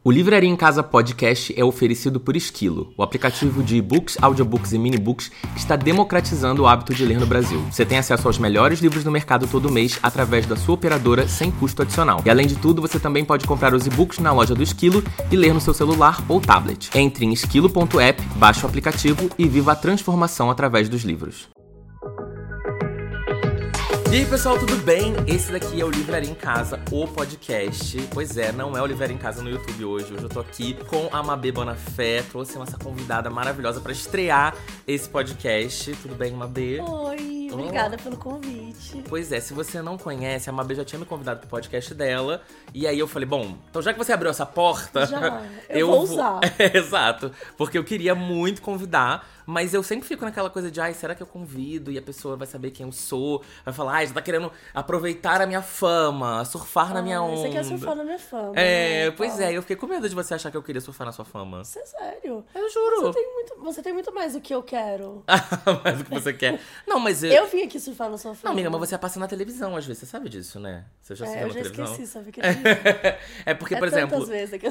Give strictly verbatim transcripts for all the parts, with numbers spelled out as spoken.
O Livraria em Casa Podcast é oferecido por Esquilo, o aplicativo de e-books, audiobooks e mini-books que está democratizando o hábito de ler no Brasil. Você tem acesso aos melhores livros do mercado todo mês através da sua operadora sem custo adicional. E além de tudo, você também pode comprar os e-books na loja do Esquilo e ler no seu celular ou tablet. Entre em esquilo ponto app, baixe o aplicativo e viva a transformação através dos livros. E aí, pessoal, tudo bem? Esse daqui é o Livraria em Casa, o podcast. Pois é, não é o Livraria em Casa no YouTube hoje. Hoje eu tô aqui com a Mabê Bonafé. Trouxe essa convidada maravilhosa pra estrear esse podcast. Tudo bem, Mabê? Oi, obrigada oh. pelo convite. Pois é, se você não conhece, a Mabê já tinha me convidado pro podcast dela. E aí eu falei, bom, então já que você abriu essa porta... Já, eu, eu vou usar. É, exato, porque eu queria muito convidar... Mas eu sempre fico naquela coisa de, ai, será que eu convido? E a pessoa vai saber quem eu sou. Vai falar, ai, você tá querendo aproveitar a minha fama, surfar ah, na minha onda. Você quer surfar na minha fama. É, né? pois é, eu fiquei com medo de você achar que eu queria surfar na sua fama. Isso é sério? Eu juro. Você tem muito, você tem muito mais do que eu quero. Mais do que você quer. Não, mas eu... Eu vim aqui surfar na sua fama. Não, amiga, mas você passa na televisão às vezes, você sabe disso, né? Você já é, assistiu na já televisão? Eu já esqueci, sabe que é É porque, é por exemplo... vezes que eu...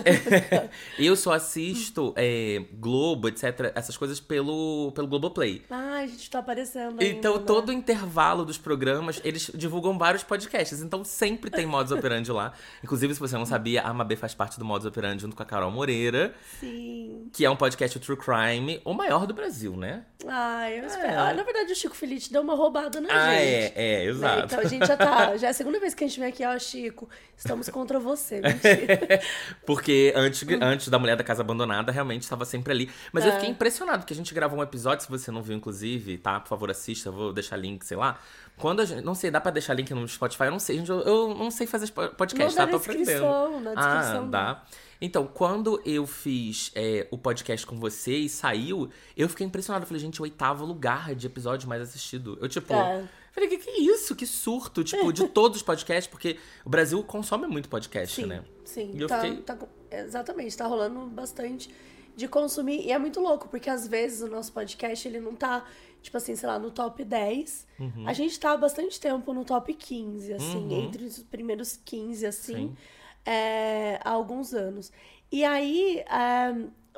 eu só assisto é, Globo, etcétera, essas coisas pelo, pelo Globoplay. Ah, a gente tá aparecendo Então, ainda, todo né? o intervalo dos programas, eles divulgam vários podcasts. Então, sempre tem Modus Operandi lá. Inclusive, se você não sabia, a Mabê faz parte do Modus Operandi junto com a Carol Moreira. Sim. Que é um podcast True Crime, o maior do Brasil, né? Ah, eu espero. É. Ah, na verdade, o Chico Felice deu uma roubada na ah, gente. É, é, exato. Né? Então, a gente já tá... Já é a segunda vez que a gente vem aqui, ó, Chico, estamos contra você. Mentira. Porque antes, antes da Mulher da Casa Abandonada, realmente estava sempre ali. Mas é. eu fiquei impressionado, que a gente gravou um episódio, se você não viu, inclusive, tá? Por favor, assista, eu vou deixar link, sei lá. Quando a gente... Não sei, dá pra deixar link no Spotify? Eu não sei, gente, eu, eu não sei fazer podcast, não, tá? Tô aprendendo. Na descrição, ah, dá. Então, quando eu fiz é, o podcast com você e saiu, eu fiquei impressionado. Eu falei, gente, o oitavo lugar de episódio mais assistido. Eu, tipo... É. Falei, que que é isso? Que surto, tipo, de todos os podcasts. Porque o Brasil consome muito podcast, sim, né? Sim, e eu tá, fiquei... tá, exatamente. Tá rolando bastante de consumir. E é muito louco, porque às vezes o nosso podcast, ele não tá... Tipo assim, sei lá, no top dez. Uhum. A gente tá há bastante tempo no top quinze, assim. Uhum. Entre os primeiros quinze, assim. É, há alguns anos. E aí, é,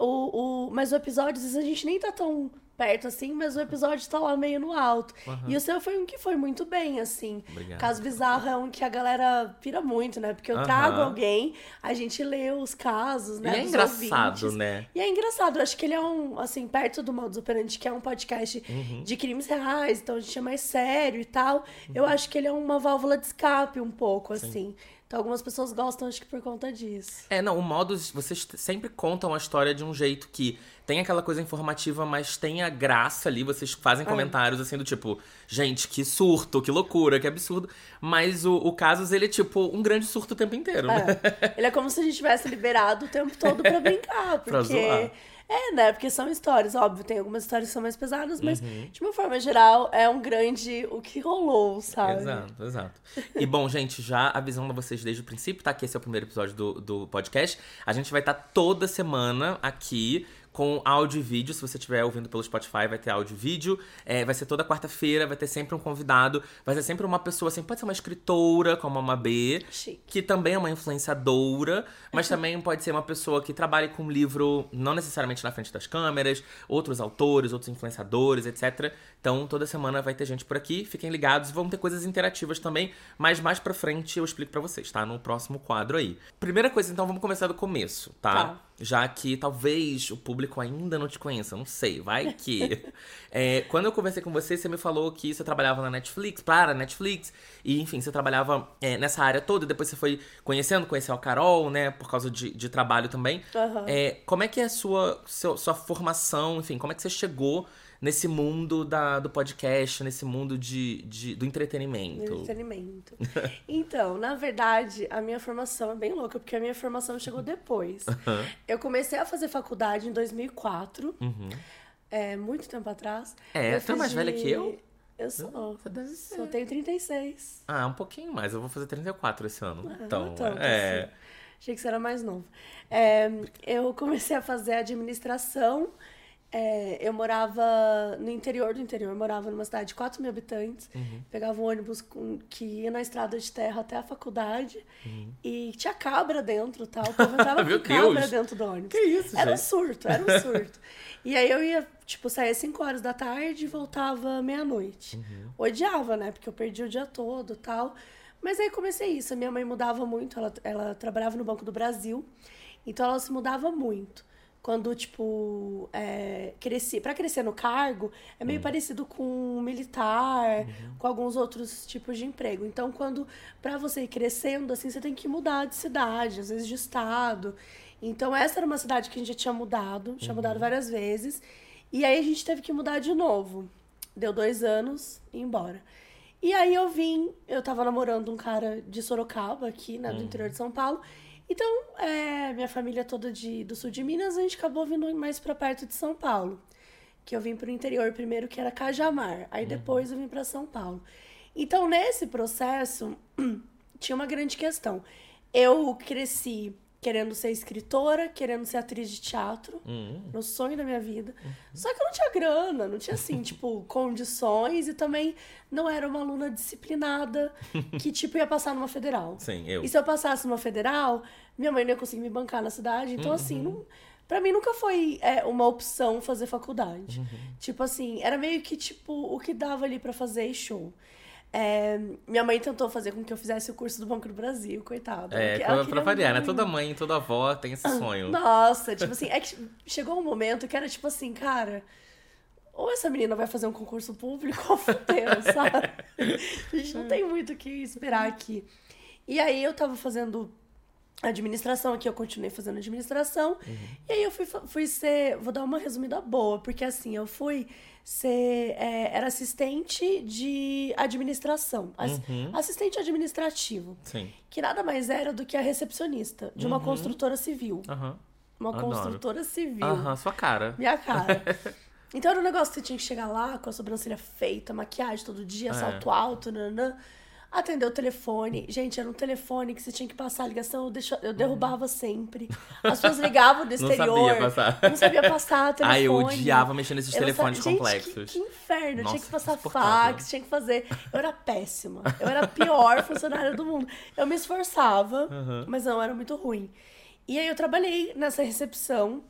o, o, mas o episódio, às vezes a gente nem tá tão perto, assim. Mas o episódio tá lá meio no alto. Uhum. E o seu foi um que foi muito bem, assim. Obrigado. Caso Bizarro é um que a galera pira muito, né? Porque eu uhum. trago alguém, a gente lê os casos, né? E é engraçado, ouvintes, né? E é engraçado. Eu acho que ele é um, assim, perto do Modus Operandi, que é um podcast uhum. de crimes reais, então a gente é mais sério e tal. Uhum. Eu acho que ele é uma válvula de escape um pouco, assim. Sim. Então, algumas pessoas gostam, acho que por conta disso. É, não, o Modus, vocês sempre contam a história de um jeito que tem aquela coisa informativa, mas tem a graça ali. Vocês fazem é. comentários, assim, do tipo... Gente, que surto, que loucura, que absurdo. Mas o, o Casos, ele é, tipo, um grande surto o tempo inteiro, né? É. Ele é como se a gente tivesse liberado o tempo todo pra brincar. Porque... pra zoar. É, né? Porque são histórias, óbvio. Tem algumas histórias que são mais pesadas, mas, uhum. de uma forma geral, é um grande... O que rolou, sabe? Exato, exato. E, bom, gente, já avisando a vocês desde o princípio, tá? Que esse é o primeiro episódio do, do podcast. A gente vai estar toda semana aqui... com áudio e vídeo, se você estiver ouvindo pelo Spotify, vai ter áudio e vídeo. É, vai ser toda quarta-feira, vai ter sempre um convidado. Vai ser sempre uma pessoa, assim, pode ser uma escritora, como a Mabê, Chique. Que também é uma influenciadora, mas também pode ser uma pessoa que trabalhe com livro, não necessariamente na frente das câmeras, outros autores, outros influenciadores, etcétera. Então, toda semana vai ter gente por aqui. Fiquem ligados, vão ter coisas interativas também, mas mais pra frente eu explico pra vocês, tá? No próximo quadro aí. Primeira coisa, então, vamos começar do começo, tá? Tá. Já que talvez o público ainda não te conheça, não sei, vai que... é, quando eu conversei com você, você me falou que você trabalhava na Netflix, para a Netflix, e enfim, você trabalhava é, nessa área toda, e depois você foi conhecendo, conheceu a Carol, né, por causa de, de trabalho também. Uhum. É, como é que é a sua, sua, sua formação, enfim, como é que você chegou nesse mundo da, do podcast, nesse mundo de, de, do entretenimento? Do entretenimento. Então, na verdade, a minha formação é bem louca, porque a minha formação chegou depois. Uhum. Eu comecei a fazer faculdade em dois mil e quatro, uhum. é, muito tempo atrás. É, você é mais de... velha que eu? Eu sou. Você deve ser. Eu tenho trinta e seis. Ah, um pouquinho mais. Eu vou fazer trinta e quatro esse ano. Ah, então, então, é... Assim. Achei que você era mais novo. É, eu comecei a fazer administração É, eu morava no interior do interior, eu morava numa cidade de quatro mil habitantes, uhum. Pegava um ônibus com, que ia na estrada de terra até a faculdade, uhum. E tinha cabra dentro e tal, o povo entrava com cabra dentro do ônibus. Que isso, Era gente? um surto, era um surto. E aí eu ia, tipo, saía às cinco horas da tarde e voltava meia-noite. Uhum. Odiava, né, porque eu perdi o dia todo e tal. Mas aí comecei isso, a minha mãe mudava muito, ela, ela trabalhava no Banco do Brasil, então ela se mudava muito. Quando, tipo, é, cresci, pra crescer no cargo, é meio uhum. parecido com um militar, uhum. com alguns outros tipos de emprego. Então, quando, pra você ir crescendo, assim, você tem que mudar de cidade, às vezes de estado. Então, essa era uma cidade que a gente já tinha mudado, tinha uhum. mudado várias vezes. E aí, a gente teve que mudar de novo. Deu dois anos e ir embora. E aí, eu vim, eu tava namorando um cara de Sorocaba, aqui, né, do uhum. interior de São Paulo. Então, é, minha família toda de, do sul de Minas, a gente acabou vindo mais pra perto de São Paulo. Que eu vim pro interior primeiro, que era Cajamar. Aí uhum. depois eu vim pra São Paulo. Então, nesse processo, tinha uma grande questão. Eu cresci querendo ser escritora, querendo ser atriz de teatro, uhum. no sonho da minha vida. Uhum. Só que eu não tinha grana, não tinha, assim, tipo, condições, e também não era uma aluna disciplinada que, tipo, ia passar numa federal. Sim, eu. E se eu passasse numa federal, minha mãe não ia conseguir me bancar na cidade. Então, uhum. assim, não, pra mim nunca foi é, uma opção fazer faculdade. Uhum. Tipo assim, era meio que, tipo, o que dava ali pra fazer e show. É, minha mãe tentou fazer com que eu fizesse o curso do Banco do Brasil, coitada. É, ela pra variar, né? Toda mãe, toda avó tem esse sonho. Nossa, tipo assim, é que chegou um momento que era tipo assim, cara, ou essa menina vai fazer um concurso público ou fudeu, sabe? A gente não tem muito o que esperar aqui. E aí eu tava fazendo administração aqui, eu continuei fazendo administração. Uhum. E aí eu fui, fui ser, vou dar uma resumida boa, porque assim, eu fui ser, é, era assistente de administração, uhum. assistente administrativo, sim. que nada mais era do que a recepcionista de uma uhum. construtora civil. Uhum. Uma Adoro. construtora civil. Aham, uhum, sua cara. Minha cara. Então era um negócio que você tinha que chegar lá com a sobrancelha feita, maquiagem todo dia, é. salto alto, nanã. Atender o telefone. Gente, era um telefone que você tinha que passar a ligação, eu, deixo, eu derrubava sempre. As pessoas ligavam do exterior. Não sabia passar. Não sabia passar o telefone. Ai, eu odiava mexer nesses eu telefones sa... complexos. Gente, que, que inferno. Nossa, tinha que passar fax, tinha que fazer... Eu era péssima. Eu era a pior funcionária do mundo. Eu me esforçava, uhum. mas não, era muito ruim. E aí eu trabalhei nessa recepção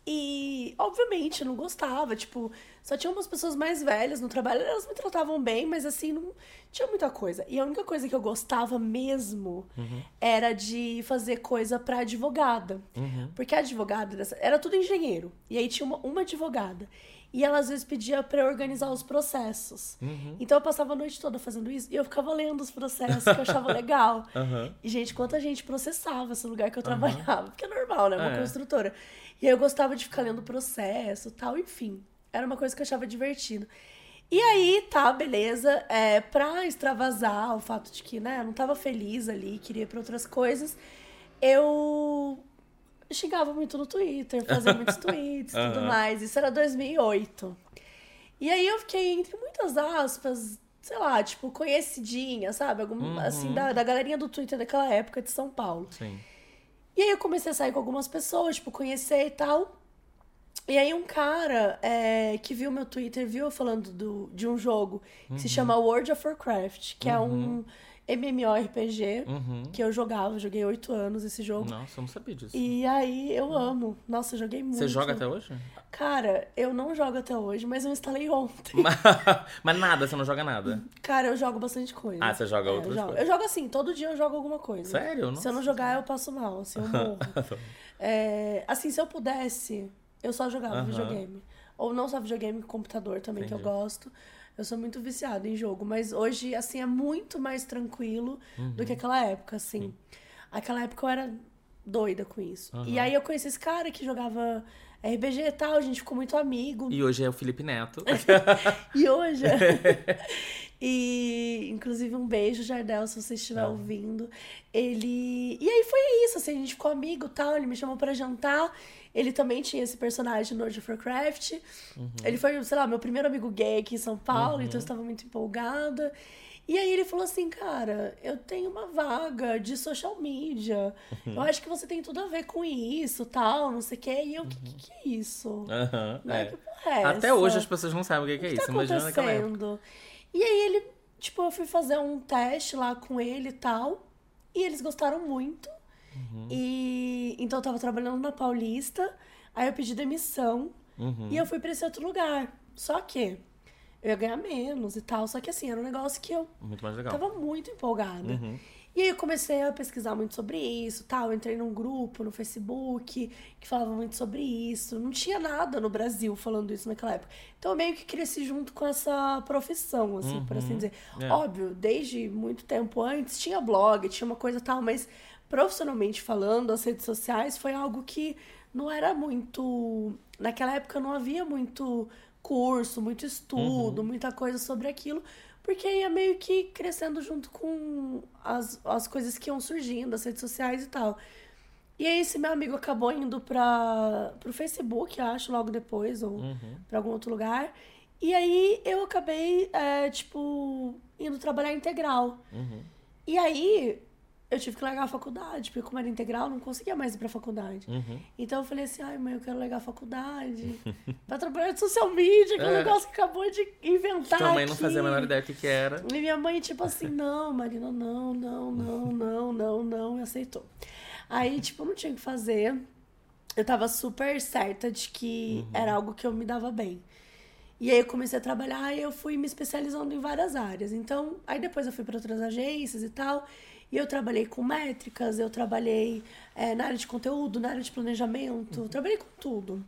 e, obviamente, eu não gostava. Tipo, só tinha umas pessoas mais velhas no trabalho, elas me tratavam bem, mas assim, não tinha muita coisa. E a única coisa que eu gostava mesmo uhum. era de fazer coisa pra advogada. Uhum. Porque a advogada, era tudo engenheiro. E aí tinha uma, uma advogada. E ela às vezes pedia pra eu organizar os processos. Uhum. Então eu passava a noite toda fazendo isso e eu ficava lendo os processos que eu achava legal. Uhum. E, gente, quanta gente processava esse lugar que eu trabalhava. Uhum. Porque é normal, né? Uma é. construtora. E aí eu gostava de ficar lendo o processo e tal, enfim. Era uma coisa que eu achava divertido. E aí, tá, beleza. É, pra extravasar o fato de que, né, eu não tava feliz ali, queria ir pra outras coisas, eu xingava muito no Twitter, fazia muitos tweets e uhum. tudo mais. Isso era dois mil e oito. E aí eu fiquei, entre muitas aspas, sei lá, tipo, conhecidinha, sabe? Algum, uhum. Assim, da, da galerinha do Twitter daquela época de São Paulo. Sim. E aí eu comecei a sair com algumas pessoas, tipo, conhecer e tal. E aí um cara é, que viu meu Twitter, viu eu falando do, de um jogo que uhum. se chama World of Warcraft, que uhum. é um MMORPG uhum. que eu jogava, joguei oito anos esse jogo. Nossa, eu não sabia disso. E aí eu amo. Nossa, eu joguei muito. Você joga até hoje? Cara, eu não jogo até hoje, mas eu instalei ontem. Mas nada, você não joga nada? Cara, eu jogo bastante coisa. Ah, você joga é, outras eu jogo. coisas? Eu jogo assim, todo dia eu jogo alguma coisa. Sério? Nossa. Se eu não jogar, eu passo mal, assim, eu morro. é, assim, se eu pudesse... Eu só jogava uhum. videogame. Ou não só videogame, computador também, Entendi. Que eu gosto. Eu sou muito viciada em jogo. Mas hoje, assim, é muito mais tranquilo uhum. do que aquela época, assim. Sim. Aquela época eu era doida com isso. Uhum. E aí eu conheci esse cara que jogava R P G e tal. A gente ficou muito amigo. E hoje é o Felipe Neto. E hoje... E, inclusive, um beijo, Jardel, se você estiver Não. ouvindo. Ele... E aí foi isso, assim, a gente ficou amigo e tal. Ele me chamou pra jantar. Ele também tinha esse personagem no World of Warcraft. Uhum. Ele foi, sei lá, meu primeiro amigo gay aqui em São Paulo, uhum. então eu estava muito empolgada. E aí ele falou assim, cara, eu tenho uma vaga de social media. Uhum. Eu acho que você tem tudo a ver com isso, tal, não sei o quê. E eu, o uhum. que, que, que é isso? Uhum, né? é. Que porra é Até essa? hoje as pessoas não sabem o que, que é o que isso. Tá Imagina naquela época. E aí ele, tipo, eu fui fazer um teste lá com ele e tal. E eles gostaram muito. Uhum. E então eu tava trabalhando na Paulista. Aí eu pedi demissão. Uhum. E eu fui pra esse outro lugar. Só que eu ia ganhar menos e tal. Só que assim, era um negócio que eu muito mais legal. Tava muito empolgada. Uhum. E aí eu comecei a pesquisar muito sobre isso, tal. Eu entrei num grupo no Facebook que falava muito sobre isso. Não tinha nada no Brasil falando isso naquela época. Então eu meio que cresci junto com essa profissão, assim, uhum. por assim dizer. É. Óbvio, desde muito tempo antes tinha blog, tinha uma coisa tal, mas profissionalmente falando, as redes sociais foi algo que não era muito... Naquela época não havia muito curso, muito estudo, uhum. muita coisa sobre aquilo, porque ia meio que crescendo junto com as, as coisas que iam surgindo, as redes sociais e tal. E aí esse meu amigo acabou indo para pro Facebook, acho, logo depois, ou uhum. para algum outro lugar. E aí eu acabei, é, tipo, indo trabalhar integral. Uhum. E aí eu tive que largar a faculdade, porque como era integral, não conseguia mais ir pra faculdade. Uhum. Então eu falei assim, ai mãe, eu quero largar a faculdade pra trabalhar de social media, que é um negócio que acabou de inventar Tua mãe aqui. não fazia a menor ideia do que que era. E minha mãe, tipo assim, não, Marina, não, não, não, não, não, não, e aceitou. Aí, tipo, eu não tinha o que fazer. Eu tava super certa de que uhum. era algo que eu me dava bem. E aí eu comecei a trabalhar e eu fui me especializando em várias áreas. Então, aí depois eu fui para outras agências e tal. E eu trabalhei com métricas, eu trabalhei é, na área de conteúdo, na área de planejamento, uhum. trabalhei com tudo.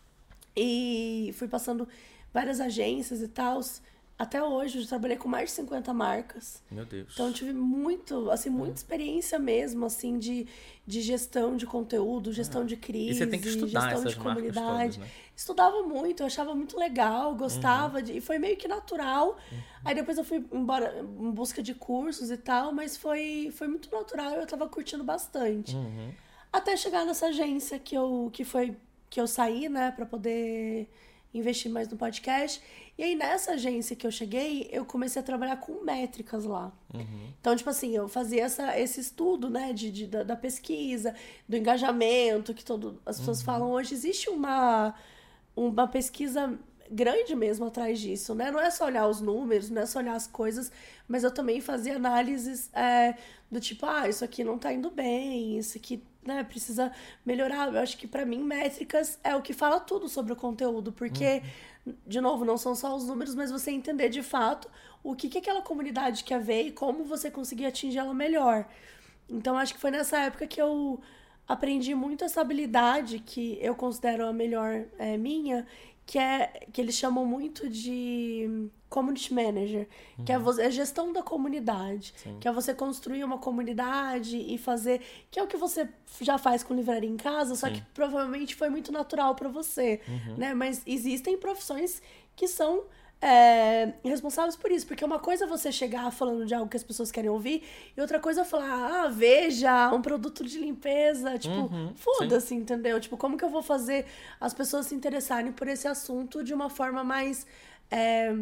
E fui passando várias agências e tal. Até hoje, eu já trabalhei com mais de cinquenta marcas. Meu Deus. Então, eu tive muito, assim, muita experiência mesmo, assim, de, de gestão de conteúdo, gestão ah. de crise, e você tem que estudar gestão essas de comunidade. Todas, né? Estudava muito, eu achava muito legal, gostava, uhum. de, e foi meio que natural. Uhum. Aí depois eu fui embora em busca de cursos e tal, mas foi, foi muito natural e eu tava curtindo bastante. Uhum. Até chegar nessa agência que eu, que foi, que eu saí, né, pra poder investir mais no podcast. E aí, nessa agência que eu cheguei, eu comecei a trabalhar com métricas lá. Uhum. Então, tipo assim, eu fazia essa, esse estudo, né, de, de, da, da pesquisa, do engajamento, que todo, as pessoas uhum. falam hoje. Existe uma, uma pesquisa grande mesmo atrás disso, né? Não é só olhar os números, não é só olhar as coisas, mas eu também fazia análises é, do tipo, ah, isso aqui não tá indo bem, isso aqui, né, precisa melhorar. Eu acho que pra mim métricas é o que fala tudo sobre o conteúdo, porque, uhum. de novo, não são só os números, mas você entender de fato o que, que aquela comunidade quer ver e como você conseguir atingir ela melhor. Então, acho que foi nessa época que eu aprendi muito essa habilidade que eu considero a melhor é, minha, que é que eles chamam muito de community manager, uhum. que é a gestão da comunidade, Sim. que é você construir uma comunidade e fazer, que é o que você já faz com livraria em casa, só Sim. que provavelmente foi muito natural para você, uhum. né? Mas existem profissões que são é, responsáveis por isso, porque uma coisa é você chegar falando de algo que as pessoas querem ouvir, e outra coisa é falar, ah, veja, um produto de limpeza, tipo, uhum, foda-se, entendeu? Tipo, como que eu vou fazer as pessoas se interessarem por esse assunto de uma forma mais, é,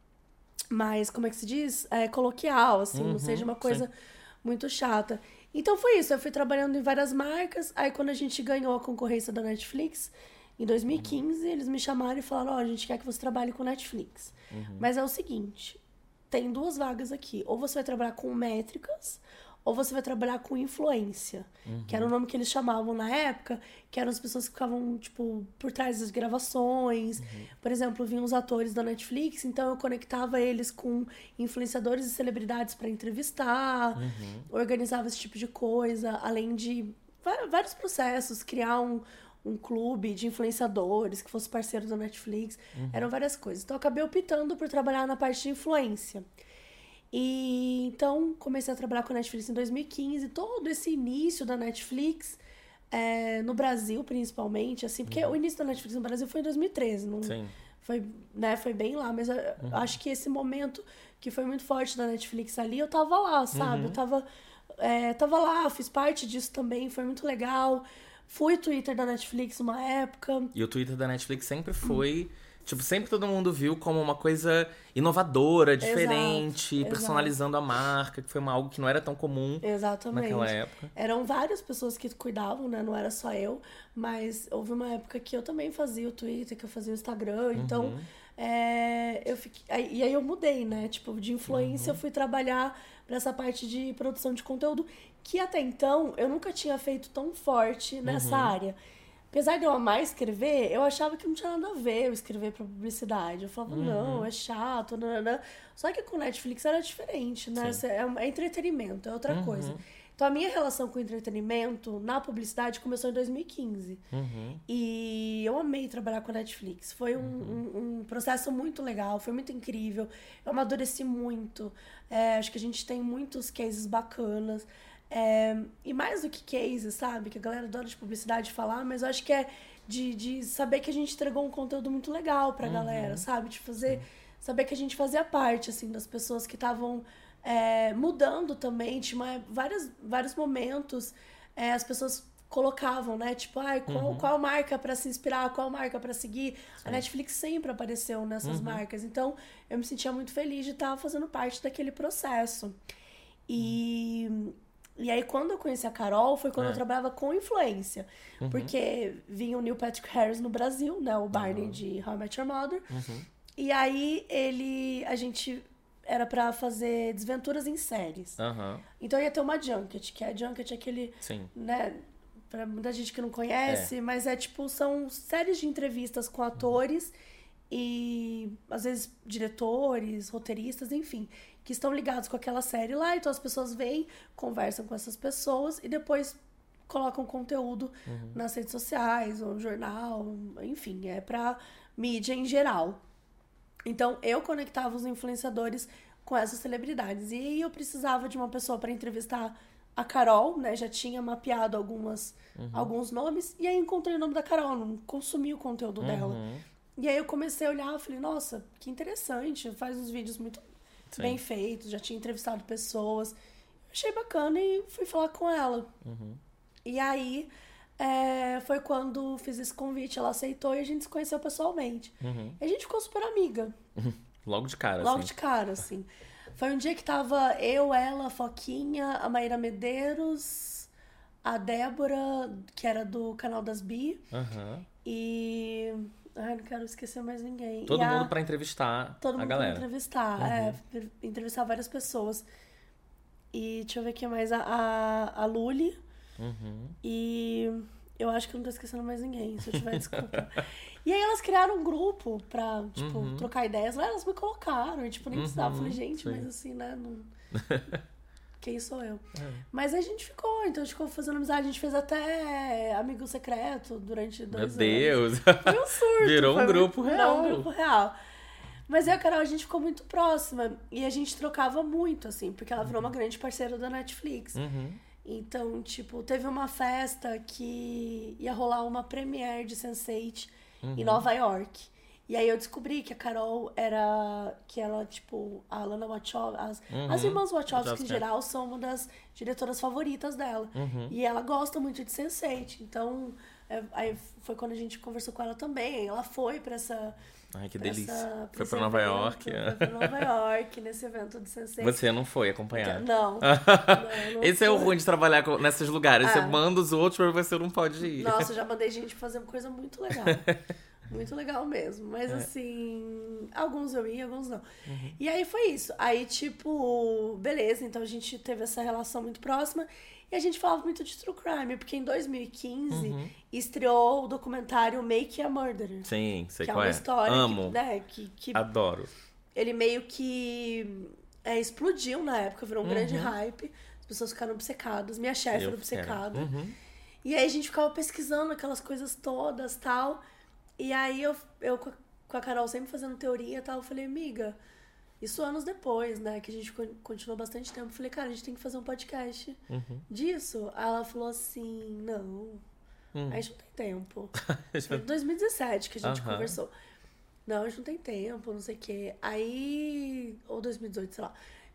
mais, como é que se diz? É, coloquial, assim, uhum, não seja uma coisa sim. muito chata. Então foi isso, eu fui trabalhando em várias marcas, aí quando a gente ganhou a concorrência da Netflix, em dois mil e quinze, uhum. eles me chamaram e falaram, ó, oh, a gente quer que você trabalhe com Netflix. Uhum. Mas é o seguinte, tem duas vagas aqui. Ou você vai trabalhar com métricas, ou você vai trabalhar com influência. Uhum. Que era o nome que eles chamavam na época, que eram as pessoas que ficavam, tipo, por trás das gravações. Uhum. Por exemplo, vinham os atores da Netflix, então eu conectava eles com influenciadores e celebridades para entrevistar, uhum. organizava esse tipo de coisa, além de vários processos, criar um... um clube de influenciadores que fosse parceiro da Netflix, uhum. eram várias coisas. Então, eu acabei optando por trabalhar na parte de influência. E, então, comecei a trabalhar com a Netflix em dois mil e quinze, todo esse início da Netflix, é, no Brasil, principalmente, assim, porque uhum. o início da Netflix no Brasil foi em dois mil e treze, não Sim. foi, né, foi bem lá, mas eu uhum. acho que esse momento que foi muito forte da Netflix ali, eu tava lá, sabe? Uhum. Eu tava, é, tava lá, fiz parte disso também, foi muito legal. Fui Twitter da Netflix uma época. E o Twitter da Netflix sempre foi, Tipo, sempre todo mundo viu como uma coisa inovadora, diferente, Exato, personalizando a marca, que foi uma, algo que não era tão comum Exatamente. naquela época. Eram várias pessoas que cuidavam, né? Não era só eu, mas houve uma época que eu também fazia o Twitter, que eu fazia o Instagram, então Uhum. é, eu fiquei, aí- e aí eu mudei, né? Tipo, de influência Uhum. eu fui trabalhar pra essa parte de produção de conteúdo, que até então eu nunca tinha feito tão forte nessa Uhum. área. Apesar de eu amar escrever, eu achava que não tinha nada a ver eu escrever pra publicidade. Eu falava, Uhum. não, é chato, nananã. Só que com Netflix era diferente, né? Sim. É, é entretenimento, é outra Uhum. coisa. Então a minha relação com entretenimento na publicidade começou em dois mil e quinze. Uhum. E eu amei trabalhar com a Netflix. Foi um, um, um processo muito legal, foi muito incrível. Eu amadureci muito. É, acho que a gente tem muitos cases bacanas. É, e mais do que cases, sabe? Que a galera adora de publicidade falar, mas eu acho que é de, de saber que a gente entregou um conteúdo muito legal pra Uhum. galera, sabe? De fazer. Saber que a gente fazia parte, assim, das pessoas que estavam é, mudando também. Tinha uma- vários, vários momentos, é, as pessoas colocavam, né? Tipo, ai, qual, Uhum. qual marca pra se inspirar, qual marca pra seguir. A Netflix sempre apareceu nessas Uhum. marcas. Então, eu me sentia muito feliz de estar fazendo parte daquele processo. E, e aí, quando eu conheci a Carol, foi quando É. eu trabalhava com influência. Uhum. Porque vinha o Neil Patrick Harris no Brasil, né? O Barney Uhum. de How I Met Your Mother. Uhum. E aí, ele... A gente... Era pra fazer desventuras em séries. Aham. Então ia ter uma junket, que a junket é aquele, Sim. né, pra muita gente que não conhece, mas é tipo, são séries de entrevistas com atores e às vezes diretores, roteiristas, enfim, que estão ligados com aquela série lá, então as pessoas vêm, conversam com essas pessoas e depois colocam conteúdo nas redes sociais, ou no jornal, enfim, é pra mídia em geral. Então, eu conectava os influenciadores com essas celebridades. E aí eu precisava de uma pessoa para entrevistar a Carol, né? Já tinha mapeado algumas, alguns nomes. E aí encontrei o nome da Carol, não consumi o conteúdo dela. Uhum. E aí eu comecei a olhar e falei, nossa, que interessante. Faz uns vídeos muito Sim. bem feitos. Já tinha entrevistado pessoas. Achei bacana e fui falar com ela. Uhum. E aí... é, foi quando fiz esse convite, ela aceitou e a gente se conheceu pessoalmente. Uhum. E a gente ficou super amiga. Logo de cara, Logo assim. de cara, assim. Foi um dia que tava eu, ela, a Foquinha, a Maíra Medeiros, a Débora, que era do canal das Bi, Aham. e... Ai, não quero esquecer mais ninguém. Todo E a- mundo pra entrevistar Todo a mundo galera. pra entrevistar, é, entrevistar várias pessoas. E deixa eu ver quem mais. A, a, a Luli. Uhum. E eu acho que eu não tô esquecendo mais ninguém, se eu tiver desculpa. E aí elas criaram um grupo pra, tipo, Uhum. trocar ideias. Lá elas me colocaram, e tipo, nem precisava. Eu falei, Uhum, gente, sim. mas assim, né, não... Quem sou eu? É. Mas a gente ficou, então a gente ficou fazendo amizade. A gente fez até amigo secreto durante Meu dois anos. Deus. Foi um surto. Virou um foi grupo muito- real. Virou um grupo real. Mas eu e a Carol, a gente ficou muito próxima. E a gente trocava muito, assim, porque ela virou uma grande parceira da Netflix. Uhum. Então, tipo, teve uma festa que ia rolar uma premiere de sense eight em Nova York. E aí eu descobri que a Carol era... Que ela, tipo, a Lana Wachowski... As, Uhum. as irmãs Wachowski, Wachowski, em geral, são uma das diretoras favoritas dela. Uhum. E ela gosta muito de sense eight. Então, é, aí foi quando a gente conversou com ela também. Ela foi pra essa... Ai, que pra delícia. essa- pra Foi esse pra Nova evento, York. Foi pra Nova York, nesse evento de sense eight. Você não foi acompanhar. Não. não, não Esse é o fui. ruim de trabalhar com- nesses lugares. Você Ah. manda os outros, mas você não pode ir. Nossa, eu já mandei gente fazer coisa muito legal. Muito legal mesmo. É. Mas assim, alguns eu ia, alguns não. Uhum. E aí foi isso. Aí, tipo, beleza, então a gente teve essa relação muito próxima. E a gente falava muito de true crime, porque em dois mil e quinze Uhum. estreou o documentário Make a Murderer. Sim, sei Que é qual uma é. história Amo. que, né, que, que Adoro. ele meio que é, explodiu na época, virou um Uhum. grande hype. As pessoas ficaram obcecadas. Minha chefe Eu era obcecada. quero. Uhum. E aí a gente ficava pesquisando aquelas coisas todas tal. E aí eu, eu com a- com a Carol sempre fazendo teoria e tal, eu falei, amiga, isso anos depois, né? Que a gente con- continuou bastante tempo. Eu falei, cara, a gente tem que fazer um podcast Uhum. disso. Aí ela falou assim, não, Hum. a gente não tem tempo. Foi em dois mil e dezessete que a gente Aham. conversou. Não, a gente não tem tempo, não sei o quê. Aí. Ou dois mil e dezoito, sei lá.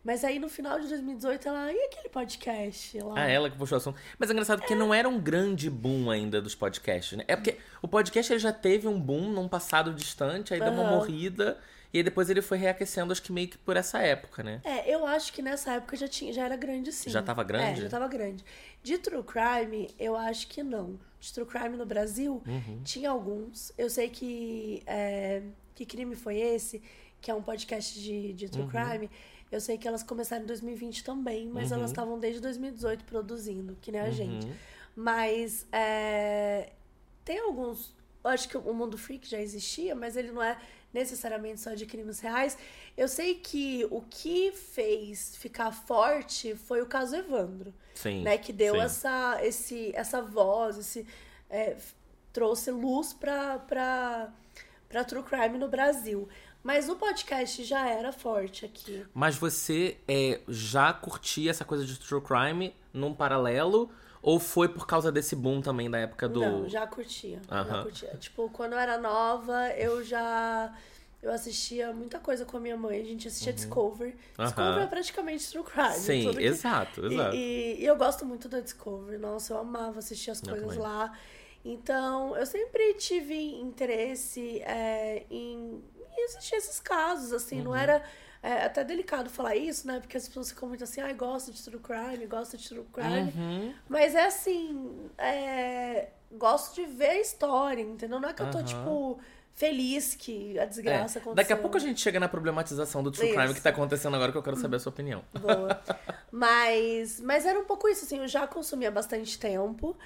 Mas aí no final de dois mil e dezoito ela, e aquele podcast lá? Ah, ela que puxou o assunto. Mas é engraçado porque é. não era um grande boom ainda dos podcasts, né? É porque o podcast ele já teve um boom num passado distante, aí uhum. deu uma morrida. E aí depois ele foi reaquecendo, acho que meio que por essa época, né? É, eu acho que nessa época já, tinha, já era grande, sim. Já tava grande? É, já tava grande. De True Crime, eu acho que não. De True Crime no Brasil, uhum. tinha alguns. Eu sei que... É, Que Crime Foi Esse? Que é um podcast de, de True uhum. Crime. Eu sei que elas começaram em dois mil e vinte também, mas uhum. elas estavam desde dois mil e dezoito produzindo, que nem a uhum. gente. Mas é, tem alguns... Eu acho que o Mundo Freak já existia, mas ele não é necessariamente só de crimes reais. Eu sei que o que fez ficar forte foi o caso Evandro. Sim, né? Que deu sim. essa, esse, essa voz, esse, é, trouxe luz pra, pra, pra True Crime no Brasil. Mas o podcast já era forte aqui. Mas você é, já curtia essa coisa de True Crime num paralelo? Ou foi por causa desse boom também da época do... Não, já curtia. Uh-huh. Já curtia. Tipo, quando eu era nova, eu já... Eu assistia muita coisa com a minha mãe. A gente assistia uhum. Discovery. Uh-huh. Discovery é praticamente True Crime. Sim, que... exato, exato. E, e, e eu gosto muito da Discovery. Nossa, eu amava assistir as eu coisas também. lá. Então, eu sempre tive interesse é, em, em assistir esses casos, assim. Uhum. Não era... É até delicado falar isso, né? Porque as pessoas ficam muito assim, ai, ah, gosto de True Crime, gosto de True Crime. Uhum. Mas é assim, é... gosto de ver a história, entendeu? Não é que uhum. eu tô, tipo, feliz que a desgraça é. aconteceu. Daqui a pouco a gente chega na problematização do True isso. Crime que tá acontecendo agora, que eu quero saber a sua opinião. Boa. Mas, mas era um pouco isso, assim, eu já consumia bastante tempo.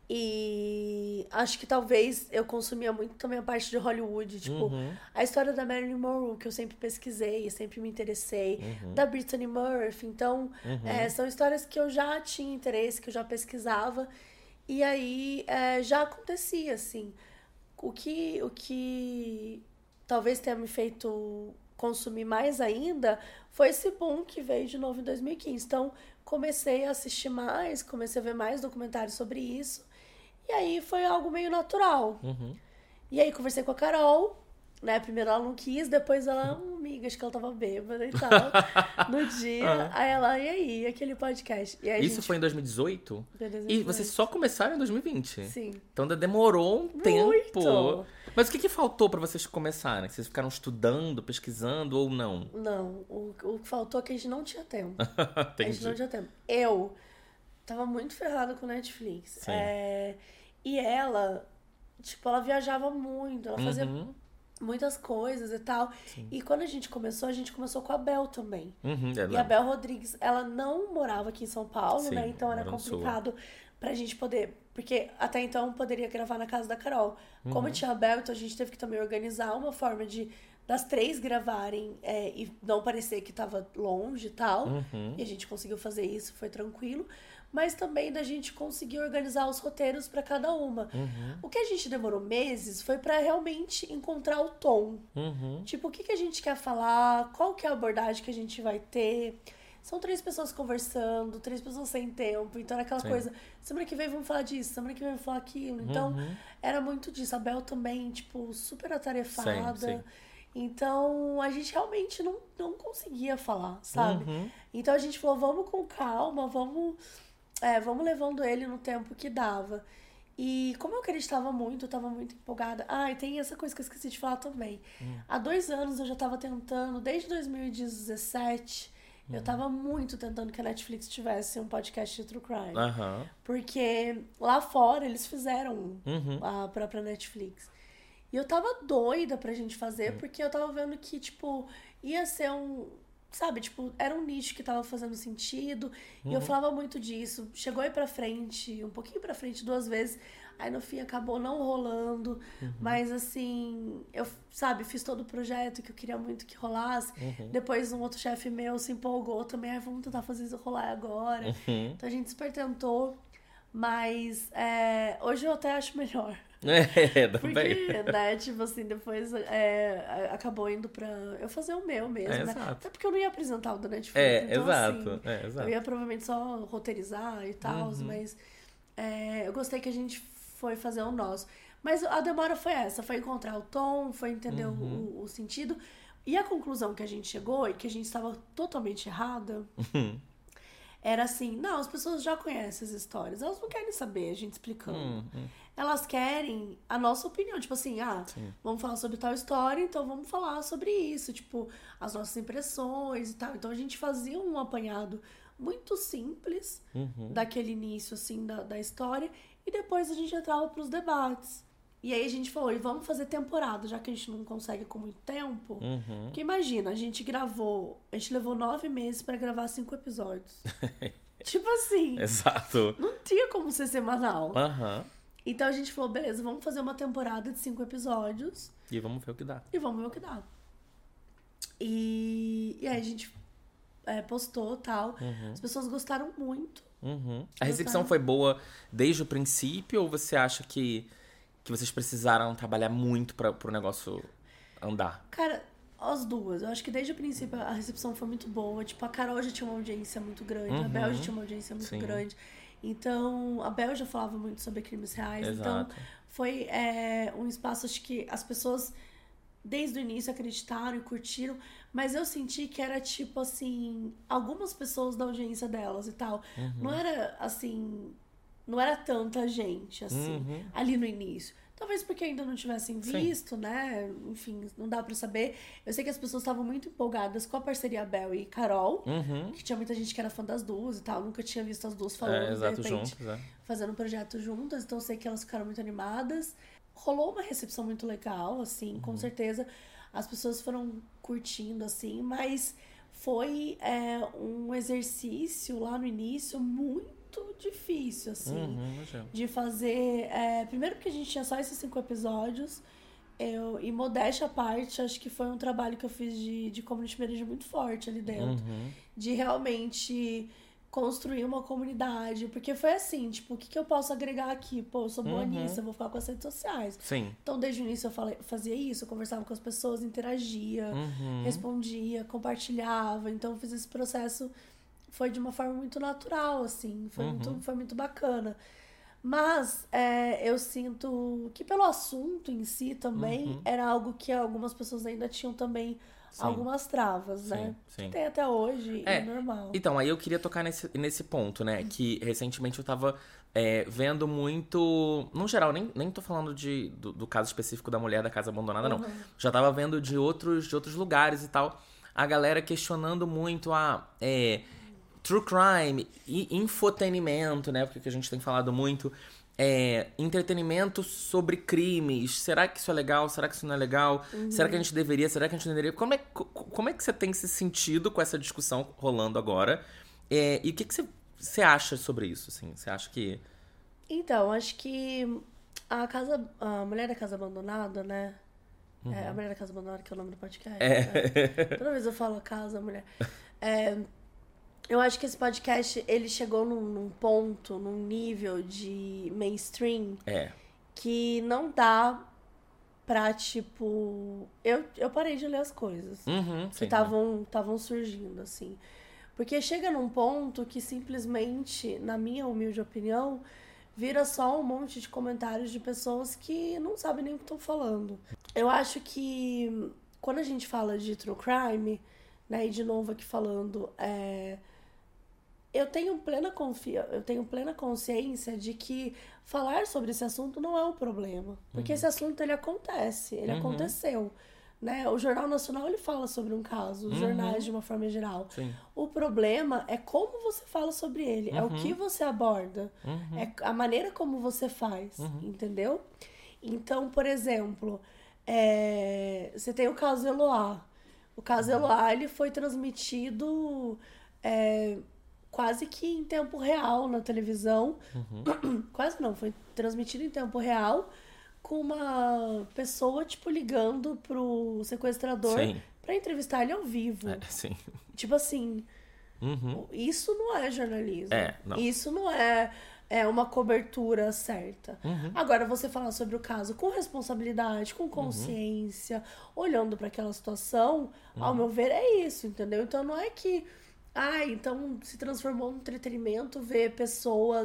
E acho que talvez eu consumia muito também a parte de Hollywood, tipo, uhum. a história da Marilyn Monroe, que eu sempre pesquisei, sempre me interessei, uhum. da Brittany Murphy, então uhum. é, são histórias que eu já tinha interesse, que eu já pesquisava, e aí é, já acontecia, assim. O que, o que talvez tenha me feito consumir mais ainda foi esse boom que veio de novo em dois mil e quinze, então comecei a assistir mais, comecei a ver mais documentários sobre isso. E aí foi algo meio natural. Uhum. E aí conversei com a Carol, né? Primeiro ela não quis, depois ela, hum, amiga, acho que ela tava bêbada e tal. No dia. Uhum. Aí ela, e aí, aquele podcast? E aí Isso gente... foi em dois mil e dezoito? dois mil e dezoito? E vocês só começaram em dois mil e vinte? Sim. Então ainda demorou um Muito. tempo. Mas o que, que faltou pra vocês começarem? Vocês ficaram estudando, pesquisando ou não? Não, o, o que faltou é que a gente não tinha tempo. Entendi. A gente não tinha tempo. Eu tava muito ferrada com Netflix. Sim. É... E ela, tipo, ela viajava muito, ela fazia uhum. muitas coisas e tal. Sim. E quando a gente começou, a gente começou com a Bel também. Uhum, é e a Bel Rodrigues, ela não morava aqui em São Paulo, Sim, né? Então era complicado pra gente poder... Porque até então poderia gravar na casa da Carol. Uhum. Como tinha a Bel, então a gente teve que também organizar uma forma de das três gravarem é, e não parecer que tava longe e tal. Uhum. E a gente conseguiu fazer isso, foi tranquilo. Mas também da gente conseguir organizar os roteiros para cada uma. Uhum. O que a gente demorou meses foi para realmente encontrar o tom. Uhum. Tipo, o que, que a gente quer falar, qual que é a abordagem que a gente vai ter. São três pessoas conversando, três pessoas sem tempo. Então era aquela Sim. coisa, semana que vem vamos falar disso, semana que vem vamos falar aquilo. Então uhum. era muito disso. A Bel também, tipo, super atarefada. Sim, sim. Então, a gente realmente não, não conseguia falar, sabe? Uhum. Então, a gente falou, vamos com calma, vamos, é, vamos levando ele no tempo que dava. E como eu acreditava muito, eu tava muito empolgada. Ah, e tem essa coisa que eu esqueci de falar também. Uhum. Há dois anos eu já tava tentando, desde dois mil e dezessete, uhum. eu tava muito tentando que a Netflix tivesse um podcast de True Crime. Uhum. Porque lá fora eles fizeram uhum. a própria Netflix. E eu tava doida pra gente fazer, porque eu tava vendo que, tipo, ia ser um... Sabe, tipo, era um nicho que tava fazendo sentido. Uhum. E eu falava muito disso. Chegou aí pra frente, um pouquinho pra frente duas vezes. Aí, no fim, acabou não rolando. Uhum. Mas, assim, eu, sabe, fiz todo o projeto que eu queria muito que rolasse. Uhum. Depois, um outro chefe meu se empolgou também. Aí, vamos tentar fazer isso rolar agora. Uhum. Então, a gente super tentou. Mas, é, hoje eu até acho melhor. É, também. Porque, né, tipo assim, depois é, acabou indo pra eu fazer o meu mesmo, é, né? Exato. Até porque eu não ia apresentar o da Netflix. É, então, exato, assim, é, exato. Eu ia provavelmente só roteirizar e tal, uhum. mas é, eu gostei que a gente foi fazer o nosso. Mas a demora foi essa, foi encontrar o tom, foi entender uhum. o, o sentido. E a conclusão que a gente chegou, e que a gente estava totalmente errada, era assim, não, as pessoas já conhecem as histórias, elas não querem saber a gente explicando. Hum, hum. Elas querem a nossa opinião, tipo assim, ah, Sim. vamos falar sobre tal história, então vamos falar sobre isso, tipo, as nossas impressões e tal. Então a gente fazia um apanhado muito simples uhum. daquele início, assim, da, da história, e depois a gente entrava pros debates. E aí a gente falou, e vamos fazer temporada, já que a gente não consegue com muito tempo. Uhum. Porque imagina, a gente gravou, a gente levou nove meses pra gravar cinco episódios. Tipo assim. Exato. Não tinha como ser semanal. Aham. Uhum. Então a gente falou, beleza, vamos fazer uma temporada de cinco episódios. E vamos ver o que dá. E vamos ver o que dá. E, e aí a gente é, postou e tal. Uhum. As pessoas gostaram muito. Uhum. A recepção foi boa desde o princípio ou você acha que... que vocês precisaram trabalhar muito para o negócio andar? Cara, as duas. Eu acho que desde o princípio a recepção foi muito boa. Tipo, a Carol já tinha uma audiência muito grande, uhum. a Bel já tinha uma audiência muito Sim. grande. Então, a Bel já falava muito sobre crimes reais. Exato. Então, foi é, um espaço, acho que as pessoas desde o início acreditaram e curtiram. Mas eu senti que era tipo assim, algumas pessoas da audiência delas e tal. Uhum. Não era assim... Não era tanta gente, assim, uhum. ali no início. Talvez porque ainda não tivessem visto, Sim. né? Enfim, não dá pra saber. Eu sei que as pessoas estavam muito empolgadas com a parceria Bel e Carol. Uhum. Que tinha muita gente que era fã das duas e tal. Nunca tinha visto as duas falando, é, exato, de repente, juntos, é. fazendo um projeto juntas. Então eu sei que elas ficaram muito animadas. Rolou uma recepção muito legal, assim, uhum. com certeza. As pessoas foram curtindo, assim. Mas foi é, um exercício lá no início muito muito difícil, assim, uhum, de fazer... É, primeiro porque a gente tinha só esses cinco episódios, eu, e modéstia à parte, acho que foi um trabalho que eu fiz de, de community manager muito forte ali dentro, uhum. de realmente construir uma comunidade, porque foi assim, tipo, o que, que eu posso agregar aqui? Pô, eu sou boa uhum. nisso, eu vou ficar com as redes sociais. Sim. Então, desde o início eu falei, fazia isso, eu conversava com as pessoas, interagia, uhum. respondia, compartilhava, então eu fiz esse processo... Foi de uma forma muito natural, assim. Foi, uhum. muito, foi muito bacana. Mas é, eu sinto que pelo assunto em si também uhum. era algo que algumas pessoas ainda tinham também sim. algumas travas, sim, né? Sim. Que tem até hoje, é, é normal. Então, aí eu queria tocar nesse, nesse ponto, né? Uhum. Que recentemente eu tava é, vendo muito... No geral, nem, nem tô falando de, do, do caso específico da mulher da casa abandonada, uhum. não. Já tava vendo de outros, de outros lugares e tal. A galera questionando muito a... É, true crime e infotenimento, né? Porque a gente tem falado muito. É, entretenimento sobre crimes. Será que isso é legal? Será que isso não é legal? Uhum. Será que a gente deveria? Será que a gente não deveria? Como é, como é que você tem se sentido com essa discussão rolando agora? É, e o que, que você, você acha sobre isso? Assim? Você acha que... Então, acho que a casa, a Mulher da Casa Abandonada, né? Uhum. É, a Mulher da Casa Abandonada, que é o nome do podcast. É. Né? Toda vez eu falo casa, mulher. É... Eu acho que esse podcast, ele chegou num, num ponto, num nível de mainstream é. que não dá pra, tipo... Eu, eu parei de ler as coisas uhum, que estavam surgindo, assim. Porque chega num ponto que simplesmente, na minha humilde opinião, vira só um monte de comentários de pessoas que não sabem nem o que estão falando. Eu acho que quando a gente fala de true crime, né, e de novo aqui falando... É, Eu tenho, plena confia... eu tenho plena consciência de que falar sobre esse assunto não é um problema. Porque uhum. esse assunto, ele acontece, ele uhum. aconteceu. Né? O Jornal Nacional, ele fala sobre um caso, os uhum. jornais de uma forma geral. Sim. O problema é como você fala sobre ele, uhum. é o que você aborda, uhum. é a maneira como você faz, uhum. entendeu? Então, por exemplo, é... você tem o caso Eloá. O caso uhum. Eloá, ele foi transmitido... É... quase que em tempo real na televisão. Uhum. Quase não, foi transmitido em tempo real com uma pessoa, tipo, ligando pro sequestrador sim. pra entrevistar ele ao vivo. É, sim. Tipo assim, uhum. isso não é jornalismo. É, não. Isso não é, é uma cobertura certa. Uhum. Agora, você falar sobre o caso com responsabilidade, com consciência, uhum. olhando pra aquela situação, uhum. ao meu ver, é isso, entendeu? Então, não é que... Ah, então se transformou num entretenimento ver pessoas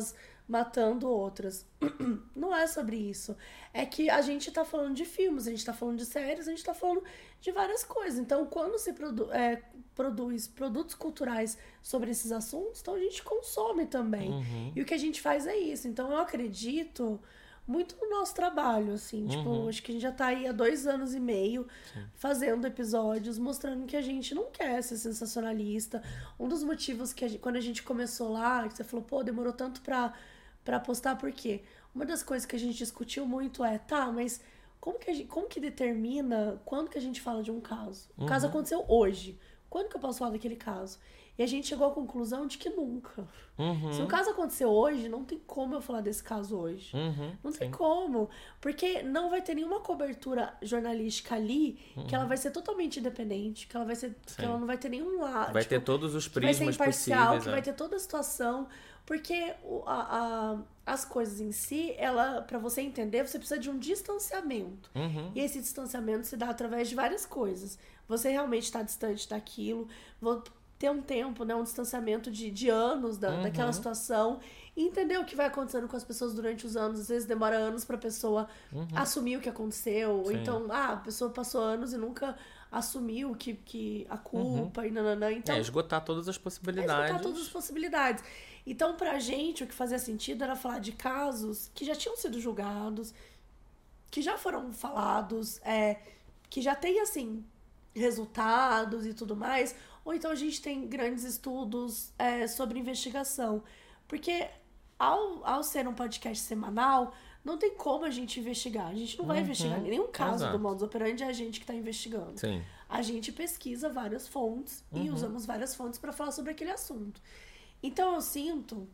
matando outras. Não é sobre isso. É que a gente tá falando de filmes, a gente tá falando de séries, a gente tá falando de várias coisas. Então, quando se produ- é, produz produtos culturais sobre esses assuntos, então a gente consome também. Uhum. E o que a gente faz é isso. Então, eu acredito muito no nosso trabalho, assim. Uhum. Tipo, acho que a gente já tá aí há dois anos e meio Sim. fazendo episódios, mostrando que a gente não quer ser sensacionalista. Um dos motivos que a gente, quando a gente começou lá, que você falou, pô, demorou tanto pra, pra postar, por quê? Uma das coisas que a gente discutiu muito é, tá, mas como que, a gente, como que determina quando que a gente fala de um caso? O Uhum. caso aconteceu hoje. Quando que eu posso falar daquele caso? E a gente chegou à conclusão de que nunca. Uhum. Se o caso aconteceu hoje, não tem como eu falar desse caso hoje. Uhum. Não tem Sim. como. Porque não vai ter nenhuma cobertura jornalística ali Uhum. que ela vai ser totalmente independente, que ela vai ser. Sim. Que ela não vai ter nenhum lado. Vai tipo, ter todos os que vai ser prismas imparcial, possíveis. que é. vai ter toda a situação. Porque o, a, a, as coisas em si, ela, pra você entender, você precisa de um distanciamento. Uhum. E esse distanciamento se dá através de várias coisas. Você realmente está distante daquilo, vou ter um tempo, né, um distanciamento de, de anos da, Uhum. daquela situação, e entender o que vai acontecendo com as pessoas durante os anos. Às vezes demora anos pra pessoa Uhum. assumir o que aconteceu. Ou Sim. então, ah, a pessoa passou anos e nunca assumiu que, que a culpa Uhum. e nananã. Então, É, esgotar todas as é possibilidades. esgotar todas as possibilidades. Então, pra gente, o que fazia sentido era falar de casos que já tinham sido julgados, que já foram falados, é, que já tem, assim, resultados e tudo mais. Ou então a gente tem grandes estudos é, sobre investigação. Porque ao, ao ser um podcast semanal, não tem como a gente investigar. A gente não vai Uhum. investigar nenhum caso Exato. do modus operandi, é a gente que tá investigando. Sim. A gente pesquisa várias fontes e Uhum. usamos várias fontes para falar sobre aquele assunto. Então eu sinto,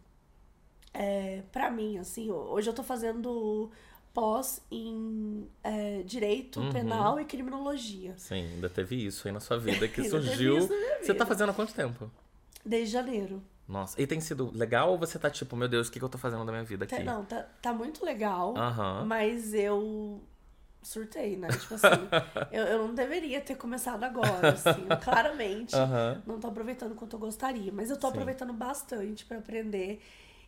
é, para mim, assim, hoje eu tô fazendo pós em é, Direito Uhum. Penal e Criminologia. Sim, ainda teve isso aí na sua vida que Ainda teve surgiu. isso na minha Você tá vida. fazendo há quanto tempo? Desde janeiro. Nossa, e tem sido legal ou você tá tipo, meu Deus, o que, que eu tô fazendo da minha vida aqui? Tá- não, tá, tá muito legal, Aham. mas eu surtei, né? Tipo assim, eu, eu não deveria ter começado agora, assim, eu claramente Aham. não tô aproveitando quanto eu gostaria, mas eu tô Sim. aproveitando bastante pra aprender.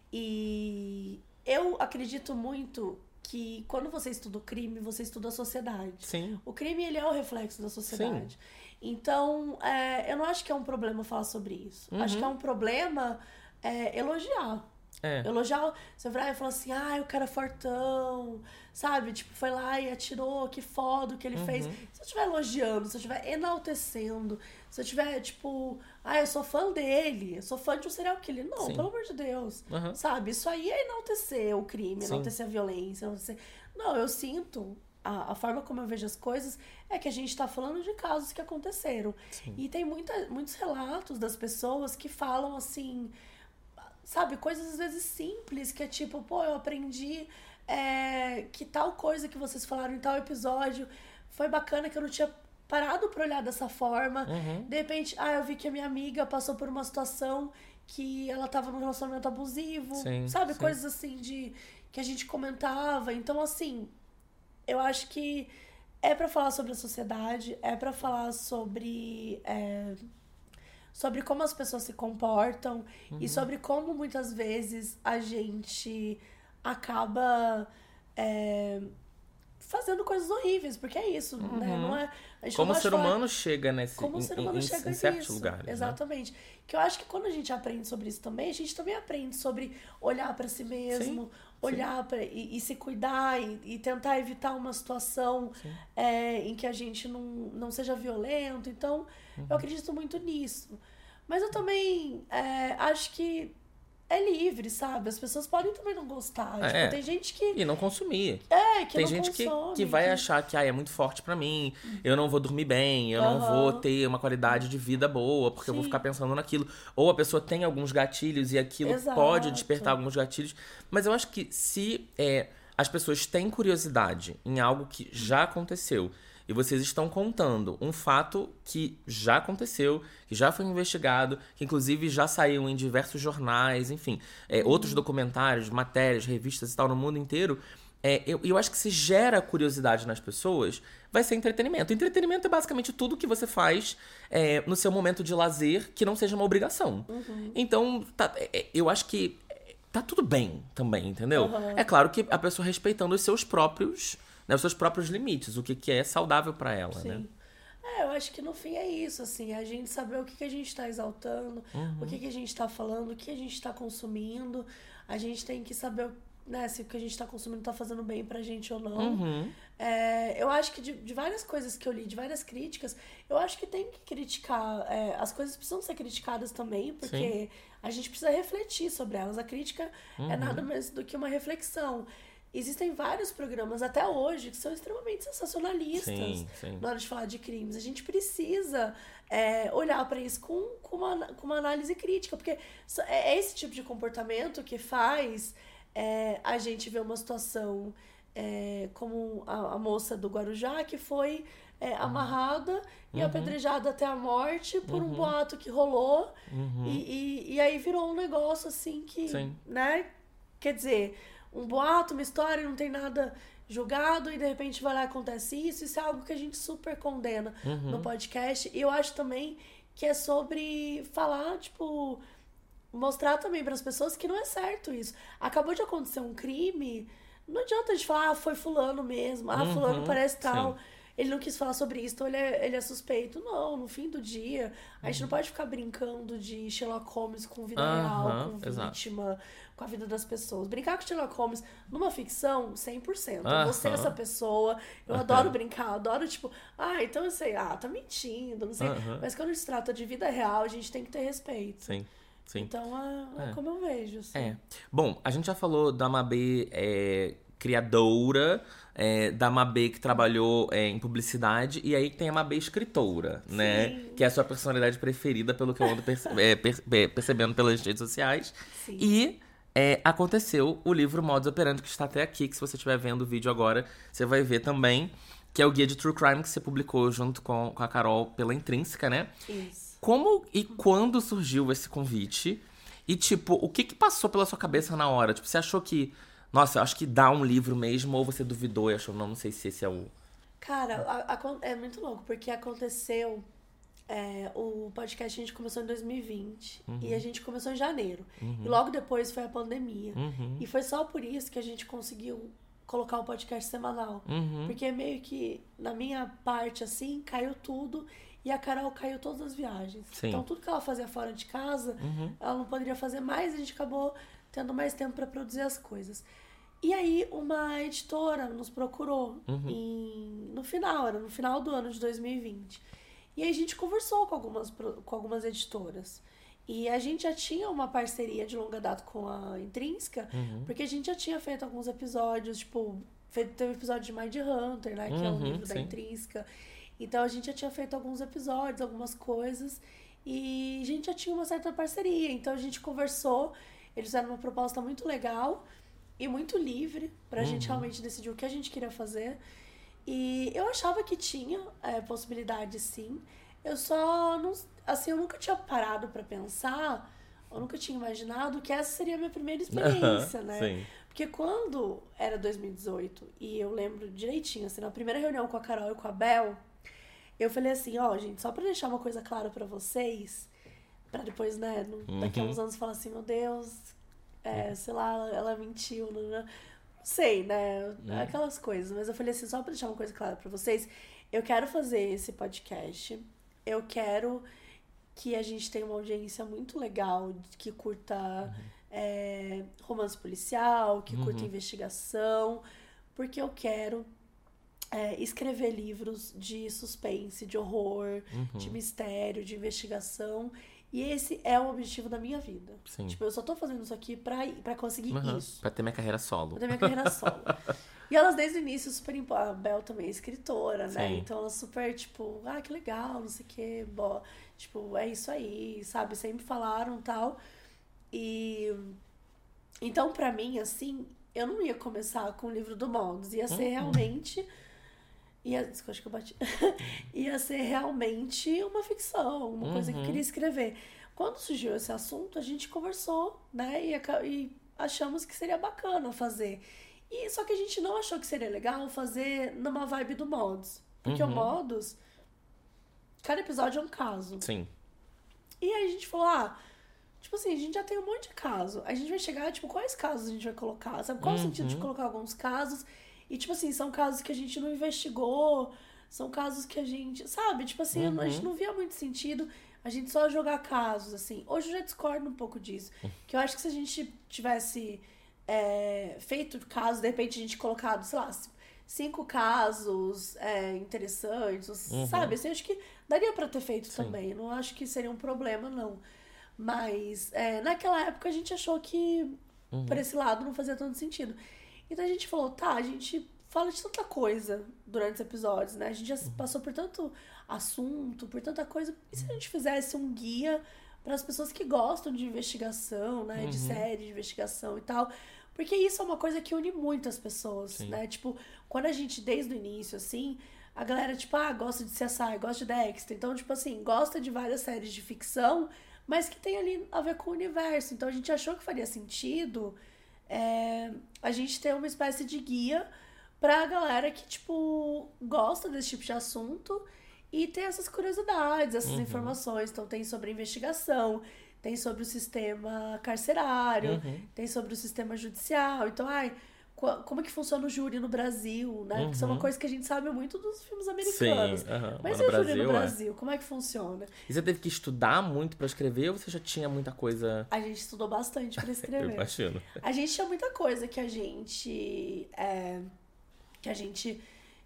E eu acredito muito que quando você estuda o crime, você estuda a sociedade. Sim. O crime, ele é o reflexo da sociedade. Então, é, eu não acho que é um problema falar sobre isso. Uhum. Acho que é um problema é, elogiar. É. Elogiar, você vai e fala assim, ai, o cara é fortão, sabe? Tipo, foi lá e atirou, que foda o que ele Uhum. fez. Se eu estiver elogiando, se eu estiver enaltecendo, se eu estiver, tipo, ai, eu sou fã dele, eu sou fã de um serial killer. Não, Sim. pelo amor de Deus. Aham. Sabe? Isso aí é enaltecer o crime, Sim. enaltecer a violência, enaltecer... Não, eu sinto... A, a forma como eu vejo as coisas é que a gente tá falando de casos que aconteceram. Sim. E tem muita, muitos relatos das pessoas que falam assim... Sabe, coisas às vezes simples, que é tipo, pô, eu aprendi é, que tal coisa que vocês falaram em tal episódio foi bacana, que eu não tinha parado pra olhar dessa forma. Uhum. De repente, ah, eu vi que a minha amiga passou por uma situação que ela tava num relacionamento abusivo. Sim, Sabe, sim. coisas assim de que a gente comentava. Então, assim, eu acho que é pra falar sobre a sociedade, é pra falar sobre... é, sobre como as pessoas se comportam e sobre como muitas vezes a gente acaba é, fazendo coisas horríveis, porque é isso, né? Não é, a gente Como não o gosta ser de falar- humano chega nesse como o ser humano em, em, chega em certos nisso. lugares. Né? Exatamente. Que eu acho que quando a gente aprende sobre isso também, a gente também aprende sobre olhar pra si mesmo, Sim, olhar pra, e, e se cuidar e, e tentar evitar uma situação é, em que a gente não, não seja violento. Então, Uhum. eu acredito muito nisso. Mas eu também é, acho que é livre, sabe? As pessoas podem também não gostar. É. Tipo, tem gente que. E não consumir. É, que Tem não gente que, consome, que vai que- achar que ah, é muito forte pra mim, eu não vou dormir bem, eu não Aham. vou ter uma qualidade de vida boa, porque eu vou Sim. ficar pensando naquilo. Ou a pessoa tem alguns gatilhos e aquilo Exato. pode despertar alguns gatilhos. Mas eu acho que se é, as pessoas têm curiosidade em algo que já aconteceu e vocês estão contando um fato que já aconteceu, que já foi investigado, que inclusive já saiu em diversos jornais, enfim, é, outros documentários, matérias, revistas e tal no mundo inteiro, é, eu, eu acho que se gera curiosidade nas pessoas, vai ser entretenimento. Entretenimento é basicamente tudo que você faz é, no seu momento de lazer que não seja uma obrigação. Então, tá, é, eu acho que tá tudo bem também, entendeu? Uhum. É claro que a pessoa respeitando os seus próprios, né, os seus próprios limites, o que, que é saudável pra ela, Sim. né? É, eu acho que no fim é isso, assim, a gente saber o que, que a gente tá exaltando, Uhum. o que, que a gente tá falando, o que a gente tá consumindo. A gente tem que saber, né, se o que a gente tá consumindo tá fazendo bem pra gente ou não. Uhum. É, eu acho que de, de várias coisas que eu li, de várias críticas, eu acho que tem que criticar. É, as coisas precisam ser criticadas também, porque Sim. a gente precisa refletir sobre elas. A crítica Uhum. é nada mais do que uma reflexão. Existem vários programas, até hoje, que são extremamente sensacionalistas Sim, sim. na hora de falar de crimes. A gente precisa é, olhar para isso com, com, uma, com uma análise crítica, porque é esse tipo de comportamento que faz é, a gente ver uma situação é, como a, a moça do Guarujá, que foi é, amarrada e Uhum. apedrejada até a morte por Uhum. um boato que rolou. Uhum. E, e, e aí virou um negócio assim que, Sim. né? Quer dizer, um boato, uma história, não tem nada julgado e de repente vai lá e acontece isso. Isso é algo que a gente super condena Uhum. no podcast. E eu acho também que é sobre falar, tipo, mostrar também para as pessoas que não é certo isso. Acabou de acontecer um crime, não adianta a gente falar, ah, foi fulano mesmo, ah, fulano Uhum. parece tal. Sim. Ele não quis falar sobre isso, então ele é, ele é suspeito. Não, no fim do dia, a gente não pode ficar brincando de Sherlock Holmes com vida Aham, real, com exato. vítima, com a vida das pessoas. Brincar com Sherlock Holmes numa ficção, cem por cento. Aham. Você é essa pessoa. Eu Aham. adoro brincar, adoro, tipo, ah, então eu sei, ah, tá mentindo, não sei. Aham. Mas quando se trata de vida real, a gente tem que ter respeito. Sim, sim. Então é, é É. como eu vejo, assim. É. Bom, a gente já falou da Mabê é, criadora, é, da Mabê que trabalhou é, em publicidade, e aí tem a Mabê escritora, né? Sim. Que é a sua personalidade preferida, pelo que eu ando perce- é, per- é, percebendo pelas redes sociais. Sim. E é, aconteceu o livro Modus Operandi, que está até aqui, que se você estiver vendo o vídeo agora, você vai ver também, que é o guia de True Crime que você publicou junto com, com a Carol pela Intrínseca, né? Isso. Como e quando surgiu esse convite? E, tipo, o que que passou pela sua cabeça na hora? Tipo, você achou que, nossa, eu acho que dá um livro mesmo, ou você duvidou e achou, não, não sei se esse é o... Cara, a- a- é muito louco, porque aconteceu. é, o podcast a gente começou em dois mil e vinte e a gente começou em janeiro. E logo depois foi a pandemia. Uhum. E foi só por isso que a gente conseguiu colocar o podcast semanal. Uhum. Porque meio que, na minha parte, assim, caiu tudo e a Carol caiu todas as viagens. Sim. Então tudo que ela fazia fora de casa, Uhum. ela não poderia fazer mais e a gente acabou tendo mais tempo pra produzir as coisas. E aí uma editora nos procurou Uhum. em, no final, era no final do ano de dois mil e vinte. E aí a gente conversou com algumas, pro- com algumas editoras. E a gente já tinha uma parceria de longa data com a Intrínseca, Uhum. porque a gente já tinha feito alguns episódios, tipo, feito, teve um episódio de Mind Hunter, né? Que é um Uhum, livro da sim. Intrínseca. Então a gente já tinha feito alguns episódios, algumas coisas, e a gente já tinha uma certa parceria. Então a gente conversou, eles fizeram uma proposta muito legal e muito livre pra gente realmente decidir o que a gente queria fazer. E eu achava que tinha é, possibilidade, sim. Eu só não, assim, eu nunca tinha parado pra pensar, eu nunca tinha imaginado que essa seria a minha primeira experiência, né? Sim. Porque quando era dois mil e dezoito, e eu lembro direitinho, assim, na primeira reunião com a Carol e com a Bel, eu falei assim, ó, gente, só pra deixar uma coisa clara pra vocês, pra depois, né, no- daqui a Uhum. uns anos falar assim, meu Deus, é, sei lá, ela, ela mentiu, né? Não sei, né? Aquelas coisas. Mas eu falei assim, só pra deixar uma coisa clara pra vocês, eu quero fazer esse podcast, eu quero que a gente tenha uma audiência muito legal, que curta é, romance policial, que curta investigação, porque eu quero é, escrever livros de suspense, de horror, de mistério, de investigação. E esse é o objetivo da minha vida. Sim. Tipo, eu só tô fazendo isso aqui pra, pra conseguir Uhum. isso. Pra ter minha carreira solo. Pra ter minha carreira solo. E elas desde o início super impo... A Bel também é escritora, né? Sim. Então elas super, tipo, ah, que legal, não sei o quê. Bo... Tipo, é isso aí, sabe? Sempre falaram e tal. E... Então, pra mim, assim, eu não ia começar com o livro do Modus. Ia ser realmente... Ia... Desculpa, acho que eu bati. Ia ser realmente uma ficção, uma coisa que eu queria escrever. Quando surgiu esse assunto, a gente conversou, né? E, aca- e achamos que seria bacana fazer. E só que a gente não achou que seria legal fazer numa vibe do Modus. Porque o Modus, cada episódio é um caso. Sim. E aí a gente falou, ah, Tipo assim, a gente já tem um monte de caso. A gente vai chegar, tipo, quais casos a gente vai colocar? Sabe? Qual Uhum. o sentido de colocar alguns casos? E, tipo assim, são casos que a gente não investigou, são casos que a gente... Sabe? Tipo assim, Uhum. a gente não via muito sentido a gente só jogar casos, assim. Hoje eu já discordo um pouco disso. Que eu acho que se a gente tivesse é, feito casos, de repente a gente colocado, sei lá, cinco casos é, interessantes, Uhum. sabe? Assim, acho que daria pra ter feito Sim. também. Eu não acho que seria um problema, não. Mas é, naquela época a gente achou que Uhum. por esse lado não fazia tanto sentido. Então a gente falou, tá, a gente fala de tanta coisa durante os episódios, né? A gente já Uhum. passou por tanto assunto, por tanta coisa. E se a gente fizesse um guia para as pessoas que gostam de investigação, né? De Uhum. série de investigação e tal. Porque isso é uma coisa que une muito as pessoas, Sim. né? Tipo, quando a gente, desde o início, assim, a galera, tipo, ah, gosta de C S I, gosta de Dexter. Então, tipo assim, gosta de várias séries de ficção, mas que tem ali a ver com o universo. Então, a gente achou que faria sentido é, a gente ter uma espécie de guia pra galera que, tipo, gosta desse tipo de assunto e tem essas curiosidades, essas Uhum. informações. Então, tem sobre investigação, tem sobre o sistema carcerário, Uhum. tem sobre o sistema judicial. Então, ai, qu- como é que funciona o júri no Brasil, né? Porque isso é uma Uhum. coisa que a gente sabe muito dos filmes Sim. americanos. Uhum. Mas Mas e no o júri Brasil, no é. Brasil? Como é que funciona? E você teve que estudar muito pra escrever ou você já tinha muita coisa? A gente estudou bastante pra Eu escrever. imagino. A gente tinha muita coisa que a gente é, que a gente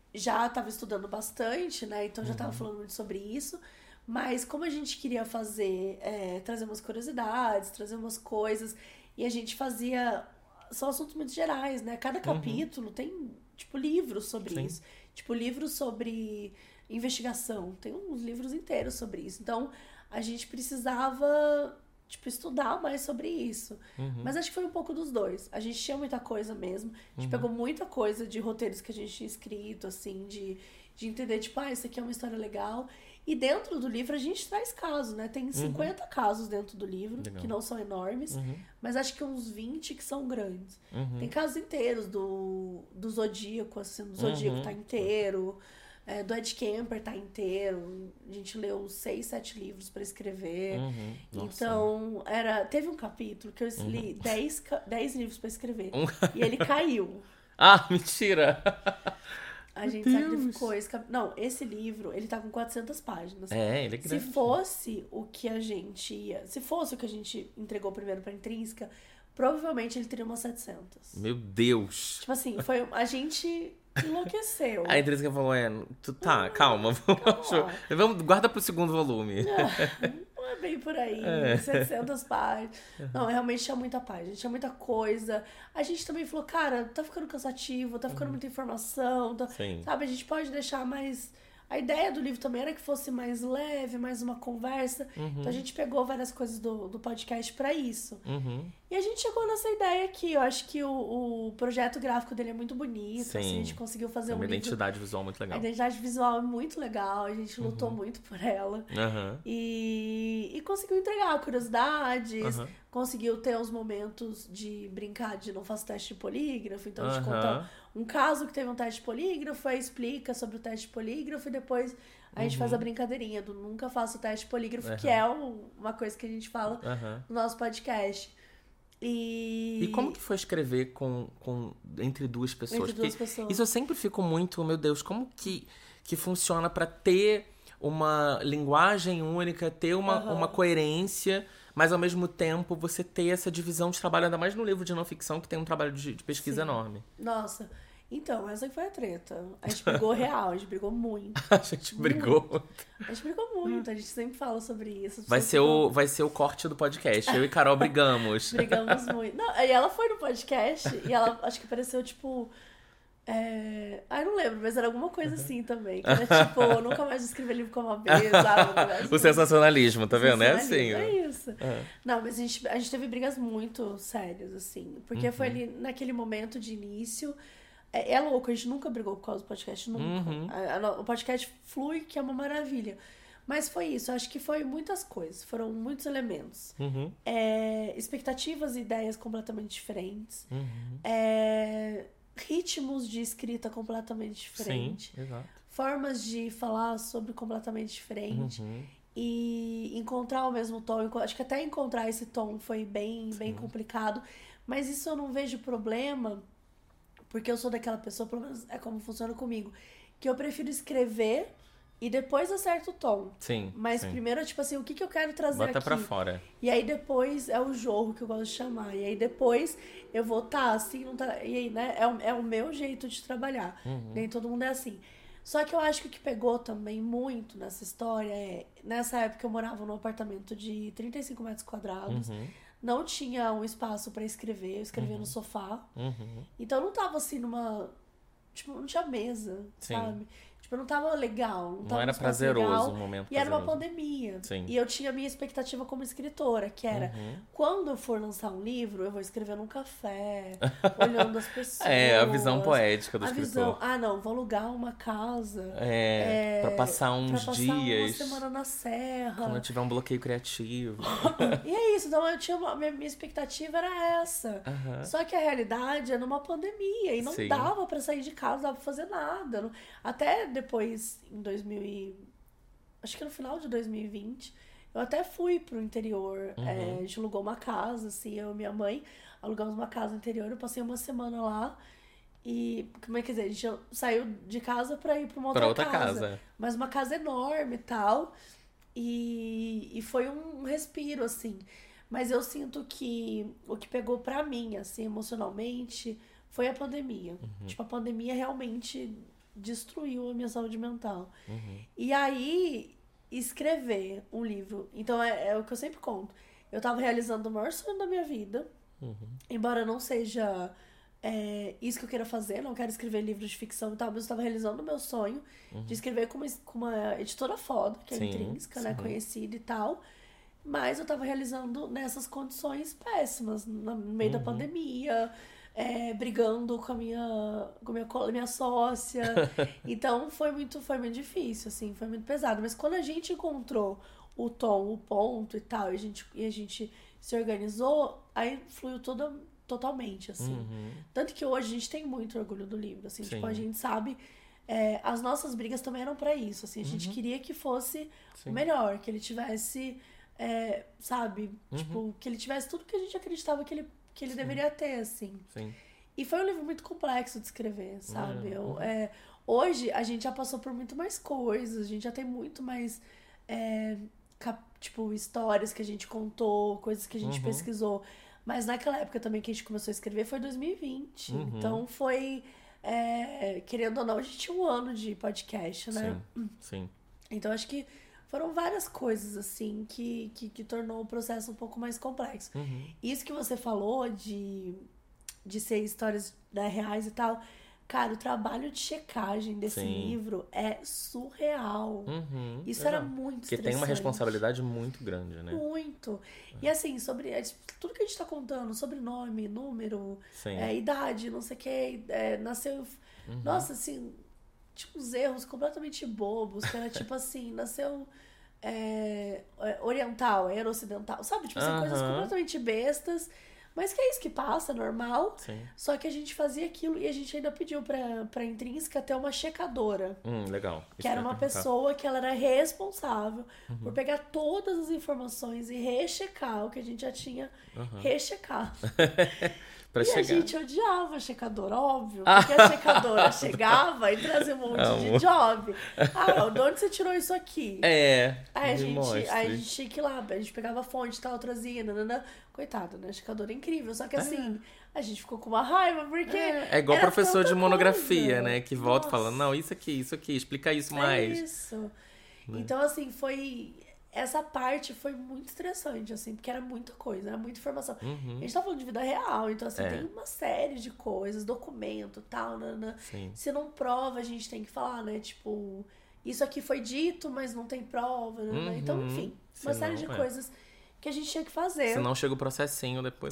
já estava estudando bastante, né? Então já estava falando muito sobre isso. Mas como a gente queria fazer, é, trazer umas curiosidades, trazer umas coisas, e a gente fazia, são assuntos muito gerais, né? Cada capítulo tem, tipo, livros sobre Sim. isso. Tipo, livros sobre investigação. Tem uns livros inteiros sobre isso. Então, a gente precisava, tipo, estudar mais sobre isso. Uhum. Mas acho que foi um pouco dos dois. A gente tinha muita coisa mesmo. A gente Uhum. pegou muita coisa de roteiros que a gente tinha escrito, assim, de, de entender, tipo, ah, isso aqui é uma história legal. E dentro do livro a gente traz casos, né? Tem cinquenta casos dentro do livro, Legal. que não são enormes, Uhum. mas acho que uns vinte que são grandes. Uhum. Tem casos inteiros do, do Zodíaco, assim, do Zodíaco Uhum. tá inteiro, é, do Ed Kemper tá inteiro. A gente leu seis, sete livros pra escrever. Uhum. Nossa. Então, era, teve um capítulo que eu li dez, ca- dez livros pra escrever. Um- E ele caiu. Ah, mentira! A gente Deus. sacrificou esse cap... Não, esse livro, ele tá com quatrocentas páginas. É, ele é Se grande. fosse o que a gente ia... Se fosse o que a gente entregou primeiro pra Intrínseca, provavelmente ele teria umas setecentas. Meu Deus! Tipo assim, foi... a gente enlouqueceu. A Intrínseca falou, é, tu, tá, calma, vamos, Calma. vamos, guarda pro segundo volume. Não é bem por aí, É. setecentas páginas. Não, realmente tinha muita página, tinha muita coisa. A gente também falou, cara, tá ficando cansativo, tá ficando muita informação, tá- Sim. sabe? A gente pode deixar mais... A ideia do livro também era que fosse mais leve, mais uma conversa. Então a gente pegou várias coisas do, do podcast pra isso. Uhum. E a gente chegou nessa ideia aqui. Eu acho que o, o projeto gráfico dele é muito bonito. Sim. Assim, a gente conseguiu fazer É um uma livro... identidade visual muito A legal. identidade visual é muito legal. A gente lutou muito por ela. Aham. E, e conseguiu entregar curiosidades, Aham. conseguiu ter uns momentos de brincar de não faço teste de polígrafo, então a gente Aham. conta um caso que teve um teste de polígrafo, aí explica sobre o teste de polígrafo e depois a gente faz a brincadeirinha do nunca faço teste de polígrafo, que Uhum. é um- uma coisa que a gente fala Aham. no nosso podcast. E, E como que foi escrever com, com, entre duas pessoas? Entre duas Porque pessoas. isso eu sempre fico muito, meu Deus, como que, que funciona pra ter uma linguagem única, ter uma, Aham. uma coerência, mas ao mesmo tempo você ter essa divisão de trabalho, ainda mais no livro de não ficção, que tem um trabalho de, de pesquisa Sim. enorme. Nossa, então, essa que foi a treta. A gente brigou real, a gente brigou muito. A gente brigou. A gente brigou muito, a gente sempre fala sobre isso. as Vai pessoas ser, ficam- o, vai ser o corte do podcast. Eu e Carol brigamos. Brigamos muito. Não, e ela foi no podcast e ela acho que apareceu, tipo. É... Ah, eu não lembro, mas era alguma coisa assim também. Que era tipo, eu nunca mais vou escrever livro como uma vez, sabe? Uma coisa O assim. sensacionalismo, tá vendo? É assim. É isso. É. Não, mas a gente, a gente teve brigas muito sérias, assim. Porque foi ali naquele momento de início. É, é louco, a gente nunca brigou por causa do podcast, nunca. Uhum. A- a- o podcast flui, que é uma maravilha. Mas foi isso, acho que foi muitas coisas, foram muitos elementos. Uhum. É, expectativas e ideias completamente diferentes. Uhum. É, ritmos de escrita completamente Sim, diferentes. exato. Formas de falar sobre completamente diferente. Uhum. e encontrar o mesmo tom. Acho que até encontrar esse tom foi bem, bem complicado. Mas isso eu não vejo problema, porque eu sou daquela pessoa, pelo menos é como funciona comigo, que eu prefiro escrever e depois acerto o tom. Sim. Mas sim. primeiro, tipo assim, o que, que eu quero trazer Bota aqui? pra fora. E aí depois é o jorro que eu gosto de chamar. E aí depois eu vou, tá, assim, não tá. E aí, né? É o, é o meu jeito de trabalhar. Uhum. Nem todo mundo é assim. Só que eu acho que o que pegou também muito nessa história é... Nessa época eu morava num apartamento de trinta e cinco metros quadrados. Uhum. Não tinha um espaço pra escrever. Eu escrevia Uhum. no sofá. Uhum. Então eu não tava assim numa... Tipo, não tinha mesa, Sim. sabe? Tipo, não tava legal. Não, Não tava era um espaço prazeroso legal, o momento E era uma prazeroso. pandemia. Sim. E eu tinha a minha expectativa como escritora, que era... Uhum. Quando eu for lançar um livro, eu vou escrever num café, olhando as pessoas. É, a visão poética do a escritor. visão, ah, não, vou alugar uma casa. É, é, pra passar uns pra passar dias. uma semana na serra. Quando eu tiver um bloqueio criativo. E é isso, então eu tinha uma, minha, minha expectativa era essa. Aham. Só que a realidade é numa pandemia e não Sim. dava pra sair de casa, não dava pra fazer nada. Não- Até depois, em dois mil e... Acho que no final de dois mil e vinte, eu até fui pro interior. Uhum. é, a gente alugou uma casa, assim, eu e minha mãe alugamos uma casa no interior. Eu passei uma semana lá e, como é que dizer, a gente saiu de casa pra ir pra uma outra, Pra outra casa. casa. Mas uma casa enorme e tal. E, e foi um respiro, assim. Mas eu sinto que o que pegou pra mim, assim, emocionalmente, foi a pandemia. Uhum. Tipo, a pandemia realmente destruiu a minha saúde mental. Uhum. E aí, escrever um livro. Então, é, é o que eu sempre conto. Eu tava realizando o maior sonho da minha vida. Uhum. Embora não seja é, isso que eu queira fazer, não quero escrever livros de ficção e tal, mas eu estava realizando o meu sonho Uhum. de escrever com uma, com uma editora foda, que é Sim, Intrínseca, né, sim. conhecida e tal. Mas eu tava realizando nessas condições péssimas, no meio da Uhum. pandemia, é, brigando com a minha, com a minha, co- minha sócia. Então foi muito, foi muito difícil, assim, foi muito pesado. Mas quando a gente encontrou o tom, o ponto e tal, e a gente, e a gente se organizou, aí fluiu tudo totalmente, assim. Uhum. Tanto que hoje a gente tem muito orgulho do livro, assim, Sim. tipo, a gente sabe... é, as nossas brigas também eram pra isso, assim, a gente Uhum. queria que fosse Sim. o melhor, que ele tivesse, é, sabe, Uhum. tipo, que ele tivesse tudo que a gente acreditava que ele, que ele deveria ter, assim. Sim. E foi um livro muito complexo de escrever, sabe? Uhum. Eu, é, hoje a gente já passou por muito mais coisas, a gente já tem muito mais, é, cap- tipo, histórias que a gente contou, coisas que a gente Uhum. pesquisou. Mas naquela época também que a gente começou a escrever foi dois mil e vinte. Uhum. Então foi, é, querendo ou não, a gente tinha um ano de podcast, né? Sim. Sim. Então acho que foram várias coisas, assim, que, que, que tornou o processo um pouco mais complexo. Uhum. Isso que você falou de, de ser histórias, né, reais e tal, cara, o trabalho de checagem desse Sim. livro é surreal. Uhum. Isso Exato. era muito Porque estressante. tem uma responsabilidade muito grande, né? Muito. E assim, sobre é, tudo que a gente tá contando, sobrenome, número, Sim. é, idade, não sei o que, é, nasceu... Uhum. Nossa, assim, tipo, uns erros completamente bobos, que era tipo assim, nasceu é, é, oriental, era ocidental, sabe? Tipo assim, coisas Aham. completamente bestas, mas que é isso que passa, normal. Sim. Só que a gente fazia aquilo e a gente ainda pediu pra, pra Intrínseca ter uma checadora. Hum, legal. Isso Que era eu ia uma perguntar. pessoa que ela era responsável Uhum. por pegar todas as informações e rechecar o que a gente já tinha Uhum. rechecado. Pra E chegar. a gente odiava a checadora, óbvio. Ah. Porque a checadora chegava e trazia um monte Amo. de job. Ah, de onde você tirou isso aqui? É. Aí a, me gente, mostre. aí a gente tinha que ir lá, a gente pegava a fonte e tal, trazia, nanana. Coitado, né? A checadora é incrível. Só que assim, a gente ficou com uma raiva, porque. É, é igual era professor de tanta monografia, coisa. né? Que volta Nossa. falando, não, isso aqui, isso aqui, explica isso É mais. isso. Então, assim, foi. Essa parte foi muito estressante, assim, porque era muita coisa, era muita informação. Uhum. A gente tá falando de vida real, então, assim, É. tem uma série de coisas, documento, tal, nanã. Sim. Se não prova, a gente tem que falar, né? Tipo, isso aqui foi dito, mas não tem prova, nanã. Uhum. Então, enfim, uma Senão, série de é. coisas que a gente tinha que fazer. Senão chega o processinho depois.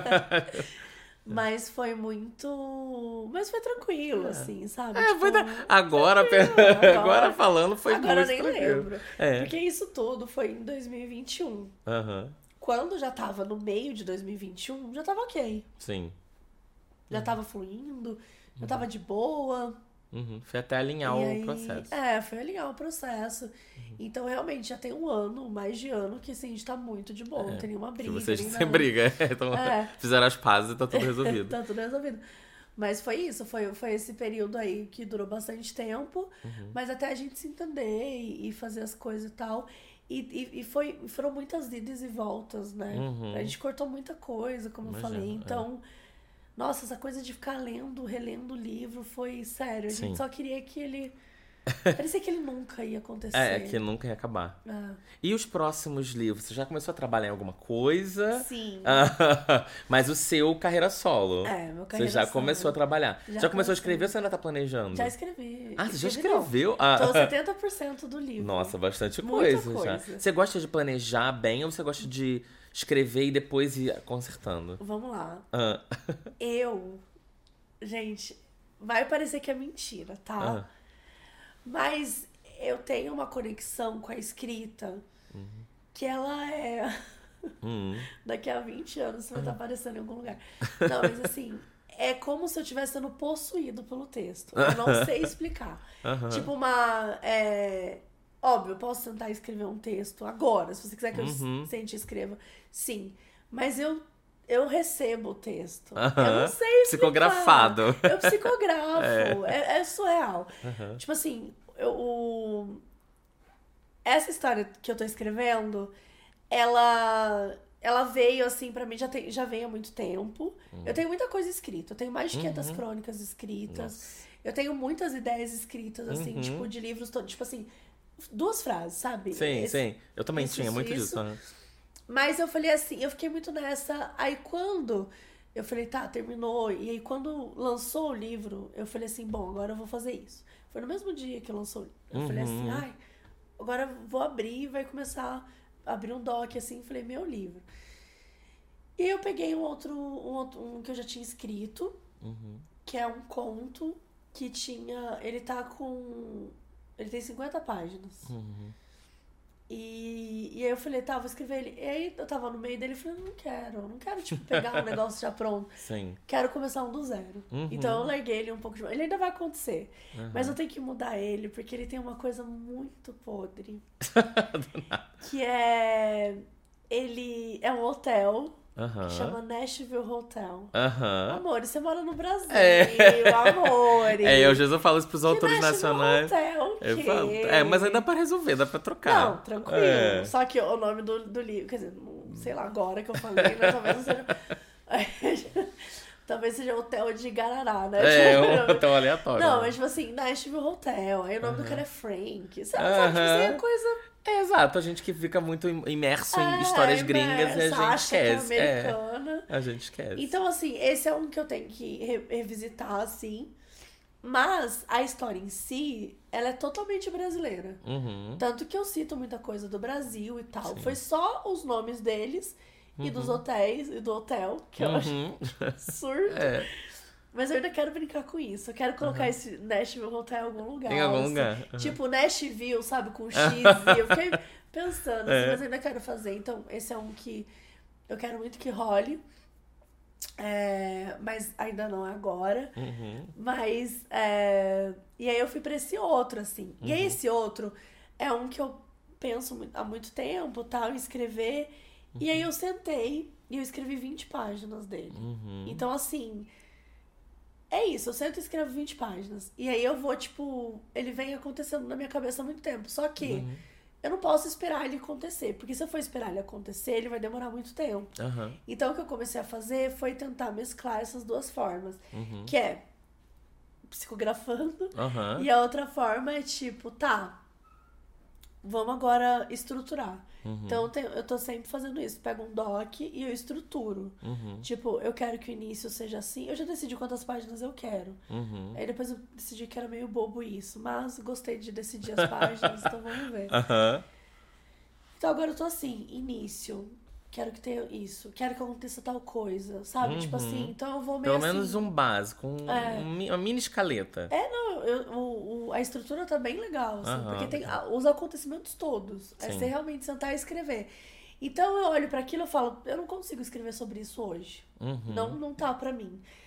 Mas foi muito. Mas foi tranquilo, assim, sabe? É, Tipo, foi da... agora, agora- agora falando, foi agora muito nem tranquilo. lembro. É. Porque isso tudo foi em dois mil e vinte e um. Aham. Quando já tava no meio de dois mil e vinte e um, já tava ok. Sim. Já tava fluindo, já tava de boa. Uhum. Foi até alinhar E o aí, processo. É, foi alinhar o processo. Uhum. Então, realmente, já tem um ano, mais de ano, que assim, a gente tá muito de boa. É, não tem nenhuma briga. Que vocês nem sem nada. briga. Então, é. fizeram as pazes e tá tudo resolvido. Tá tudo resolvido. Mas foi isso, foi, foi esse período aí que durou bastante tempo. Uhum. Mas até a gente se entender e, e fazer as coisas e tal. E, e, e foi, foram muitas idas e voltas, né? Uhum. A gente cortou muita coisa, como Imagina, eu falei. Então... É. Nossa, essa coisa de ficar lendo, relendo o livro foi sério. A Sim. gente só queria que ele... Parecia que ele nunca ia acontecer. É, que nunca ia acabar. É. E os próximos livros? Você já começou a trabalhar em alguma coisa? Sim. Mas o seu carreira solo. É, meu carreira Você já solo. começou a trabalhar. Já, já começou a escrever ou você ainda tá planejando? Já escrevi. Ah, você já escrevi, escreveu? Ah. Tô setenta por cento do livro. Nossa, bastante Muita coisa, coisa já. Você gosta de planejar bem ou você gosta de escrever e depois ir consertando? Vamos lá. Ah. Eu... Gente, vai parecer que é mentira, tá? Ah. Mas eu tenho uma conexão com a escrita uhum. que ela é... Uhum. Daqui a vinte anos você vai estar aparecendo em algum lugar. Não, mas assim, é como se eu estivesse sendo possuído pelo texto. Eu não sei explicar. Uhum. Tipo uma... É... Óbvio, eu posso tentar escrever um texto agora. Se você quiser que eu uhum. sente e escreva, sim. Mas eu... Eu recebo o texto. Uhum. Eu não sei explicar. Psicografado. Eu psicografo. É, é, é surreal. Uhum. Tipo assim, eu, o... essa história que eu tô escrevendo, ela, ela veio assim pra mim, já, tem, já veio há muito tempo. Uhum. Eu tenho muita coisa escrita. Eu tenho mais de quinhentas uhum. crônicas escritas. Nossa. Eu tenho muitas ideias escritas, assim, uhum. tipo, de livros todos. Tipo assim, duas frases, sabe? Sim, Esse, sim. Eu também isso, tinha muito isso. disso. Né? Mas eu falei assim, eu fiquei muito nessa. Aí quando eu falei, tá, terminou. E aí quando lançou o livro, eu falei assim, bom, agora eu vou fazer isso. Foi no mesmo dia que lançou o livro. Eu uhum. falei assim, ai, agora eu vou abrir e vai começar a abrir um doc, assim. Falei, meu livro. E aí eu peguei um outro, um outro, um que eu já tinha escrito, uhum. que é um conto que tinha... Ele tá com... Ele tem cinquenta páginas. Uhum. E, e aí eu falei, tá, vou escrever ele. E aí eu tava no meio dele e falei, não quero, não quero, tipo, pegar um negócio já pronto. Sim. Quero começar um do zero. Uhum. Então eu larguei ele um pouco de... Ele ainda vai acontecer. Uhum. Mas eu tenho que mudar ele, porque ele tem uma coisa muito podre. Do nada. Que é... Ele é um hotel... Uhum. Que chama Nashville Hotel. Uhum. Amor, você mora no Brasil, é. amor. É, eu às vezes eu falo isso pros que autores Nashville nacionais. Hotel, eu falo, é, mas aí dá pra resolver, dá pra trocar. Não, tranquilo. É. Só que o nome do, do livro, quer dizer, não sei lá agora que eu falei, mas talvez não seja... Talvez seja Hotel de Garará, né? É, um hotel aleatório. Não, né? mas tipo assim, Nashville Hotel. Aí o nome uhum. do cara é Frank. Sabe, uhum. sabe? Tipo assim, é coisa... É, exato, a gente que fica muito imerso em é, histórias é, gringas e a gente esquece. Que é americana. É, a gente esquece. Então, assim, esse é um que eu tenho que re- revisitar, assim. Mas a história em si, ela é totalmente brasileira. Uhum. Tanto que eu cito muita coisa do Brasil e tal. Sim. Foi só os nomes deles uhum. e dos hotéis e do hotel, que eu uhum. acho surdo. É. Mas eu ainda quero brincar com isso. Eu quero colocar uhum. esse Nashville Hotel em algum lugar. Em algum assim. lugar. Uhum. Tipo, Nashville, sabe? Com X. E eu fiquei pensando, assim, é. mas eu ainda quero fazer. Então, esse é um que eu quero muito que role. É, mas ainda não é agora. Uhum. Mas... É, e aí eu fui pra esse outro, assim. Uhum. E aí esse outro é um que eu penso há muito tempo, tal, em escrever. Uhum. E aí eu sentei e eu escrevi vinte páginas dele. Uhum. Então, assim... É isso, eu sento e escrevo vinte páginas. E aí eu vou, tipo... Ele vem acontecendo na minha cabeça há muito tempo. Só que uhum. eu não posso esperar ele acontecer. Porque se eu for esperar ele acontecer, ele vai demorar muito tempo. Uhum. Então o que eu comecei a fazer foi tentar mesclar essas duas formas. Uhum. Que é psicografando. Uhum. E a outra forma é tipo, tá... Vamos agora estruturar. Uhum. Então, eu, tenho, eu tô sempre fazendo isso. Pego um doc e eu estruturo. Uhum. Tipo, eu quero que o início seja assim. Eu já decidi quantas páginas eu quero. Uhum. Aí depois eu decidi que era meio bobo isso. Mas gostei de decidir as páginas, então vamos ver. Uhum. Então, agora eu tô assim, início. Quero que tenha isso. Quero que aconteça tal coisa, sabe? Uhum. Tipo assim, então eu vou meio Pelo assim... menos um básico, um, é. um, uma mini escaleta. É, não, eu, o, o, a estrutura tá bem legal, assim, uhum. porque tem a, os acontecimentos todos. Sim. É você realmente sentar e escrever. Então eu olho pra aquilo e falo, eu não consigo escrever sobre isso hoje. Uhum. Não, não tá pra mim.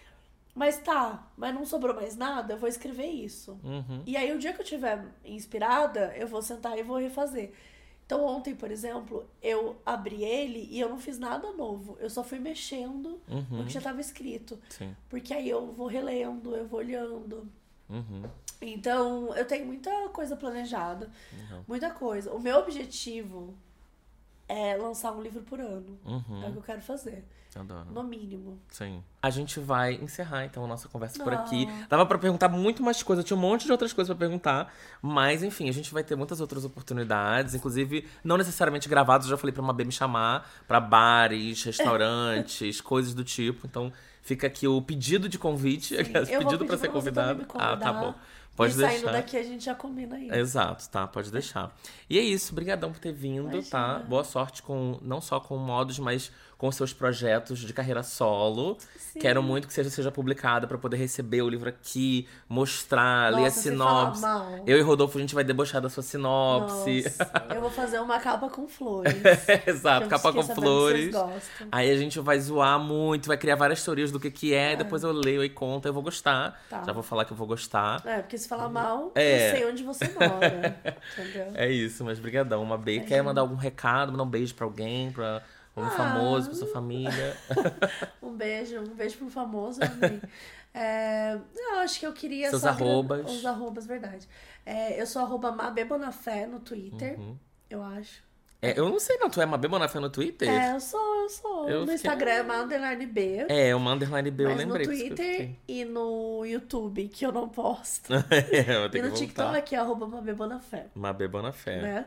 mas tá, mas não sobrou mais nada, eu vou escrever isso. Uhum. E aí, o dia que eu estiver inspirada, eu vou sentar e vou refazer. Então, ontem, por exemplo, eu abri ele e eu não fiz nada novo. Eu só fui mexendo Uhum. no que já estava escrito. Sim. Porque aí eu vou relendo, eu vou olhando. Uhum. Então, eu tenho muita coisa planejada. Uhum. Muita coisa. O meu objetivo é lançar um livro por ano. Uhum. É o que eu quero fazer. Adoro. No mínimo. Sim. A gente vai encerrar, então, a nossa conversa por Ah. aqui. Dava pra perguntar muito mais coisas. Tinha um monte de outras coisas pra perguntar. Mas, enfim, a gente vai ter muitas outras oportunidades. Inclusive, não necessariamente gravadas. Eu já falei pra Mabê me chamar pra bares, restaurantes, coisas do tipo. Então, fica aqui o pedido de convite. Sim, eu vou pedido pedir pra ser pra você também convidado. me Ah, tá convidar. bom. Pode e deixar. saindo daqui a gente já combina isso. Exato, tá? Pode deixar. E é isso, brigadão por ter vindo, Imagina. tá? Boa sorte com, não só com modos, mas com seus projetos de carreira solo. Sim. Quero muito que seja, seja publicada pra poder receber o livro aqui, mostrar, ler a Nossa, você fala sinopse. mal. Eu e Rodolfo, a gente vai debochar da sua sinopse. Nossa, eu vou fazer uma capa com flores. Exato, Eu capa fiquei com sabendo que flores. vocês gostam. Aí a gente vai zoar muito, vai criar várias teorias do que que é, e depois eu leio e conto, eu vou gostar. Tá. Já vou falar que eu vou gostar. É, porque se falar mal, É. eu sei onde você mora. Entendeu? É isso, mas brigadão. Uma beijo. Quer mandar algum recado, mandar um beijo pra alguém, pra algum Ah. famoso, pra sua família? Um beijo, um beijo pro famoso, amei. É, eu acho que eu queria Seus só agra- arrobas. Os arrobas, verdade. É, eu sou arroba Mabê Bonafé no Twitter, Uhum. eu acho. É, eu não sei não, tu é Mabê Bonafé no Twitter? É, eu sou, eu sou. Eu no fiquei- Instagram é Underline B. É, uma underline B, eu Mas lembrei. no por isso que eu Twitter fiquei. e no YouTube, que eu não posto. É, eu vou ter E que no voltar. TikTok é arroba Mabê Bonafé. Mabê Bonafé. Né?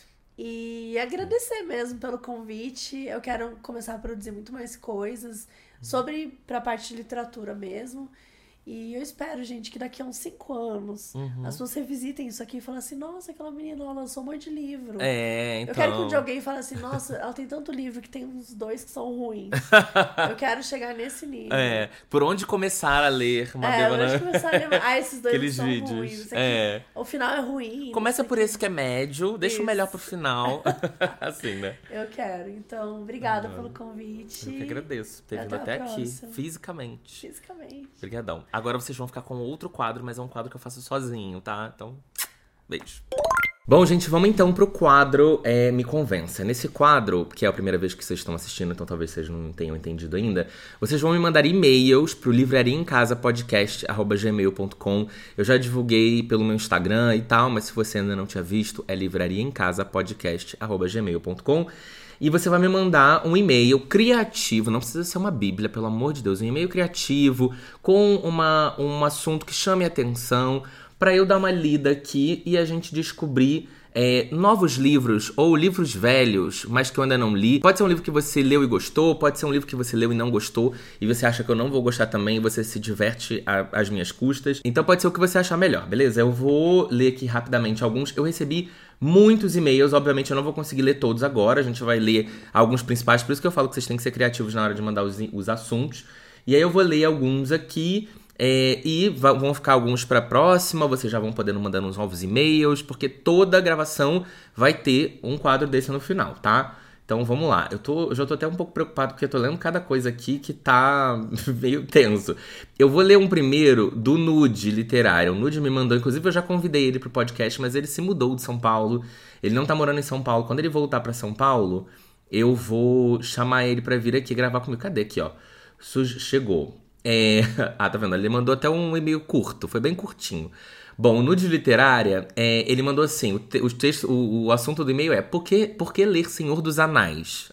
E agradecer mesmo pelo convite. Eu quero começar a produzir muito mais coisas sobre pra parte de literatura mesmo. E eu espero, gente, que daqui a uns cinco anos Uhum. as pessoas revisitem isso aqui e falem assim, nossa, aquela menina, ela lançou um monte de livro. É, então. Eu quero que um dia alguém fale assim, nossa, ela tem tanto livro que tem uns dois que são ruins. Eu quero chegar nesse nível. É, por onde começar a ler Mabê É, eu Bonafé? acho começar a lembrar. Ah, esses dois Aqueles são vídeos. ruins. Esse aqui, É. O final é ruim. Começa não por sei esse que é médio, deixa o Isso. melhor pro final. Assim, né? o quê. Eu quero. Então, obrigada Ah, pelo convite. Eu que agradeço por ter vindo Até a até aqui, próxima. fisicamente. Fisicamente. Obrigadão. Agora vocês vão ficar com outro quadro, mas é um quadro que eu faço sozinho, tá? Então, beijo. Bom, gente, vamos então pro quadro é, Me Convença. Nesse quadro, que é a primeira vez que vocês estão assistindo, então talvez vocês não tenham entendido ainda, vocês vão me mandar e-mails pro livraria em casa podcast arroba gmail ponto com. Eu já divulguei pelo meu Instagram e tal, mas se você ainda não tinha visto, é livraria em casa podcast arroba gmail ponto com. E você vai me mandar um e-mail criativo, não precisa ser uma bíblia, pelo amor de Deus, um e-mail criativo com uma, um assunto que chame a atenção, para eu dar uma lida aqui e a gente descobrir é, novos livros ou livros velhos, mas que eu ainda não li. Pode ser um livro que você leu e gostou, pode ser um livro que você leu e não gostou e você acha que eu não vou gostar também e você se diverte a- às minhas custas. Então pode ser o que você achar melhor, beleza? Eu vou ler aqui rapidamente alguns. Eu recebi muitos e-mails, obviamente eu não vou conseguir ler todos agora, a gente vai ler alguns principais, por isso que eu falo que vocês têm que ser criativos na hora de mandar os, os assuntos. E aí eu vou ler alguns aqui. É, e va- vão ficar alguns pra próxima, vocês já vão podendo mandando uns novos e-mails, porque toda gravação vai ter um quadro desse no final, tá? Então vamos lá, eu, tô, eu já tô até um pouco preocupado porque eu tô lendo cada coisa aqui que tá meio tenso. Eu vou ler um primeiro do Nude Literário. O Nude me mandou, inclusive eu já convidei ele pro podcast, mas ele se mudou de São Paulo, ele não tá morando em São Paulo. Quando ele voltar pra São Paulo, eu vou chamar ele pra vir aqui gravar comigo. Cadê aqui, ó? Su- Chegou. É... Ah, tá vendo? Ele mandou até um e-mail curto, foi bem curtinho. Bom, o Nude Literária, é, ele mandou assim, o, te, o, texto, o, o assunto do e-mail é Por que, por que ler Senhor dos Anéis?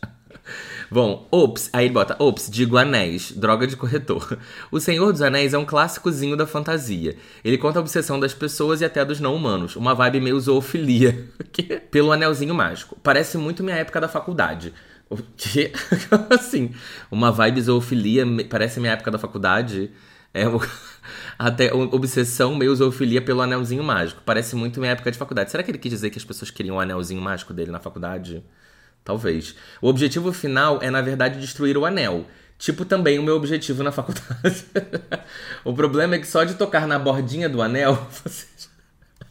Bom, ops, aí ele bota, ops, digo anéis, droga de corretor. O Senhor dos Anéis é um clássicozinho da fantasia. Ele conta a obsessão das pessoas e até dos não-humanos, uma vibe meio zoofilia, pelo anelzinho mágico. Parece muito minha época da faculdade. O quê? Assim, uma vibe zoofilia, me- parece minha época da faculdade. É o- até o- obsessão meio zoofilia pelo anelzinho mágico. Parece muito minha época de faculdade. Será que ele quis dizer que as pessoas queriam o anelzinho mágico dele na faculdade? Talvez. O objetivo final é, na verdade, destruir o anel. Tipo também o meu objetivo na faculdade. O problema é que só de tocar na bordinha do anel, você já,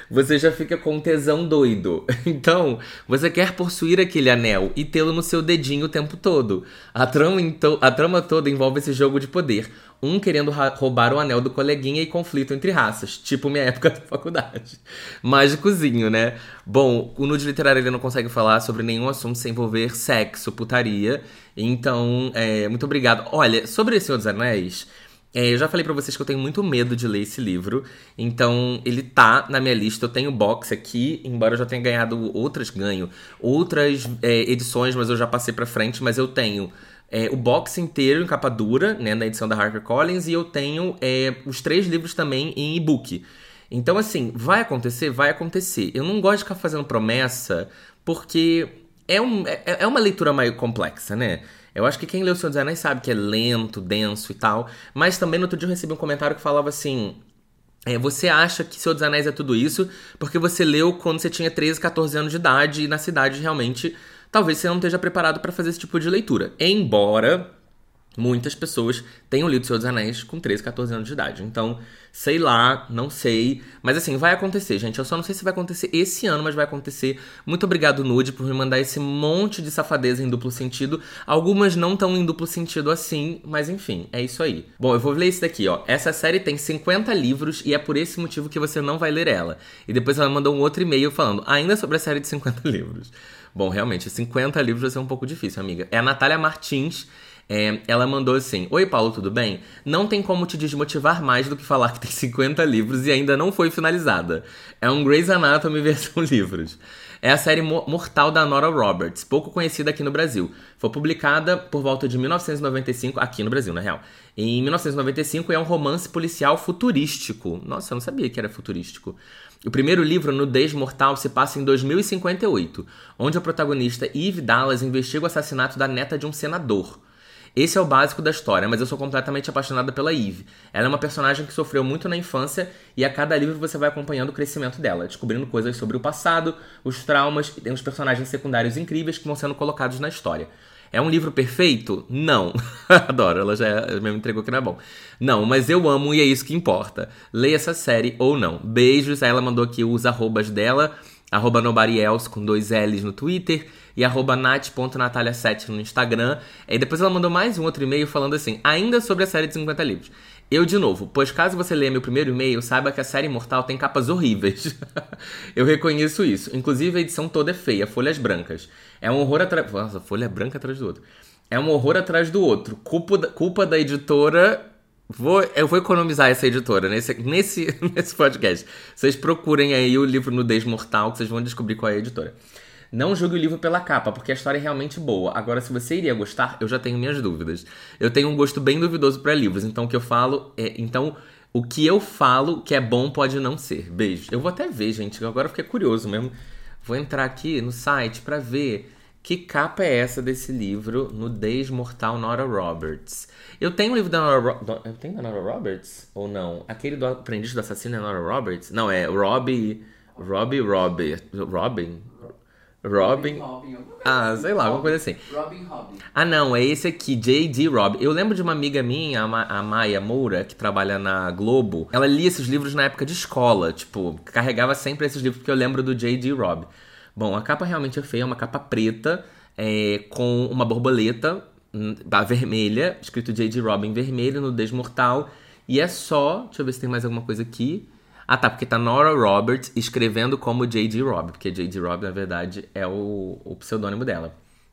você já fica com um tesão doido. Então, você quer possuir aquele anel e tê-lo no seu dedinho o tempo todo. A trama, então, a trama toda envolve esse jogo de poder. Um querendo roubar o anel do coleguinha e conflito entre raças. Tipo minha época da faculdade. Mágicozinho, né? Bom, o Nude Literário ele não consegue falar sobre nenhum assunto sem envolver sexo, putaria. Então, é, muito obrigado. Olha, sobre O Senhor dos Anéis... É, eu já falei pra vocês que eu tenho muito medo de ler esse livro. Então, ele tá na minha lista. Eu tenho o box aqui, embora eu já tenha ganhado outras, ganho outras é, edições, mas eu já passei pra frente. Mas eu tenho é, o box inteiro em capa dura, né, na edição da HarperCollins. E eu tenho é, os três livros também em e-book. Então, assim, vai acontecer? Vai acontecer. Eu não gosto de ficar fazendo promessa, porque é, um, é, é uma leitura meio complexa, né? Eu acho que quem leu O Senhor dos Anéis sabe que é lento, denso e tal. Mas também no outro dia eu recebi um comentário que falava assim... É, você acha que O Senhor dos Anéis é tudo isso porque você leu quando você tinha treze, catorze anos de idade e na cidade realmente... Talvez você não esteja preparado para fazer esse tipo de leitura. Embora muitas pessoas tenham lido O Senhor dos Anéis com treze, catorze anos de idade. Então, sei lá, não sei. Mas assim, vai acontecer, gente. Eu só não sei se vai acontecer esse ano, mas vai acontecer. Muito obrigado, Nude, por me mandar esse monte de safadeza em duplo sentido. Algumas não tão em duplo sentido assim, mas enfim, é isso aí. Bom, eu vou ler esse daqui, ó. Essa série tem cinquenta livros e é por esse motivo que você não vai ler ela. E depois ela mandou um outro e-mail falando, ainda sobre a série de cinquenta livros. Bom, realmente, cinquenta livros vai ser um pouco difícil, amiga. É a Natália Martins. É, ela mandou assim: Oi, Paulo, tudo bem? Não tem como te desmotivar mais do que falar que tem cinquenta livros e ainda não foi finalizada. É um Grey's Anatomy versão livros. É a série Mortal da Nora Roberts, pouco conhecida aqui no Brasil. Foi publicada por volta de mil novecentos e noventa e cinco, aqui no Brasil, na real. Em mil novecentos e noventa e cinco é um romance policial futurístico. Nossa, eu não sabia que era futurístico. O primeiro livro, Nudez Mortal, se passa em dois mil e cinquenta e oito, onde a protagonista Eve Dallas investiga o assassinato da neta de um senador. Esse é o básico da história, mas eu sou completamente apaixonada pela Eve. Ela é uma personagem que sofreu muito na infância e a cada livro você vai acompanhando o crescimento dela, descobrindo coisas sobre o passado, os traumas e tem uns personagens secundários incríveis que vão sendo colocados na história. É um livro perfeito? Não. Adoro, ela já me entregou que não é bom. Não, mas eu amo e é isso que importa. Leia essa série ou não. Beijos, aí ela mandou aqui os arrobas dela, arroba nobariels com dois L's no Twitter e arroba nat ponto natalia sete no Instagram. E depois ela mandou mais um outro e-mail falando assim, ainda sobre a série de cinquenta livros. Eu de novo, pois caso você leia meu primeiro e-mail, saiba que a série Imortal tem capas horríveis. Eu reconheço isso. Inclusive a edição toda é feia, folhas brancas. É um horror atrás... Nossa, folha branca atrás do outro. É um horror atrás do outro. Culpa da, culpa da editora... Vou, eu vou economizar essa editora nesse, nesse, nesse podcast. Vocês procurem aí o livro Nudez Mortal, que vocês vão descobrir qual é a editora. Não julgue o livro pela capa, porque a história é realmente boa. Agora, se você iria gostar, eu já tenho minhas dúvidas. Eu tenho um gosto bem duvidoso para livros, então o que eu falo é... Então, o que eu falo que é bom pode não ser. Beijo. Eu vou até ver, gente, agora eu fiquei curioso mesmo. Vou entrar aqui no site para ver que capa é essa desse livro, Nudez Mortal, Nora Roberts. Eu tenho um livro da Nora Roberts. Eu tenho da Nora Roberts? Ou não? Aquele do Aprendiz do Assassino é Nora Roberts? Não, é Robbie... Robbie... Robbie... Robin... Robin... Ah, sei lá, alguma coisa assim. Robin Hobb. Ah, não, é esse aqui, J D. Robb. Eu lembro de uma amiga minha, a, Ma- a Maia Moura, que trabalha na Globo. Ela lia esses livros na época de escola, tipo, carregava sempre esses livros, porque eu lembro do J D. Robb. Bom, a capa realmente é feia, é uma capa preta, é, com uma borboleta hum, vermelha, escrito J D. Robb em vermelho, Nudez Mortal. E é só, deixa eu ver se tem mais alguma coisa aqui. Ah, tá, porque tá Nora Roberts escrevendo como J D. Robb, porque J D. Robb, na verdade, é o, o pseudônimo dela.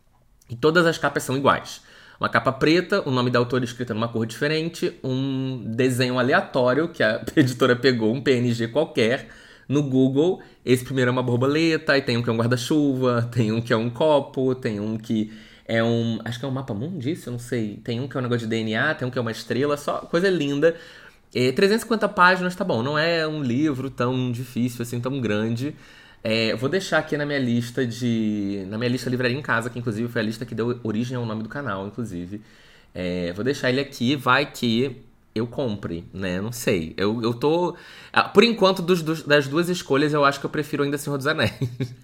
E todas as capas são iguais. Uma capa preta, o nome da autora escrito numa cor diferente, um desenho aleatório que a editora pegou, um P N G qualquer, no Google. Esse primeiro é uma borboleta, e tem um que é um guarda-chuva, tem um que é um copo, tem um que é um... Acho que é um mapa mundi, eu não sei. Tem um que é um negócio de D N A, tem um que é uma estrela, só coisa linda. É, trezentas e cinquenta páginas, tá bom, não é um livro tão difícil, assim, tão grande. É, vou deixar aqui na minha lista de... Na minha lista Livraria em Casa, que inclusive foi a lista que deu origem ao nome do canal, inclusive. É, vou deixar ele aqui, vai que eu compre, né? Não sei. Eu, eu tô... Por enquanto, dos, dos, das duas escolhas, eu acho que eu prefiro ainda Senhor dos Anéis.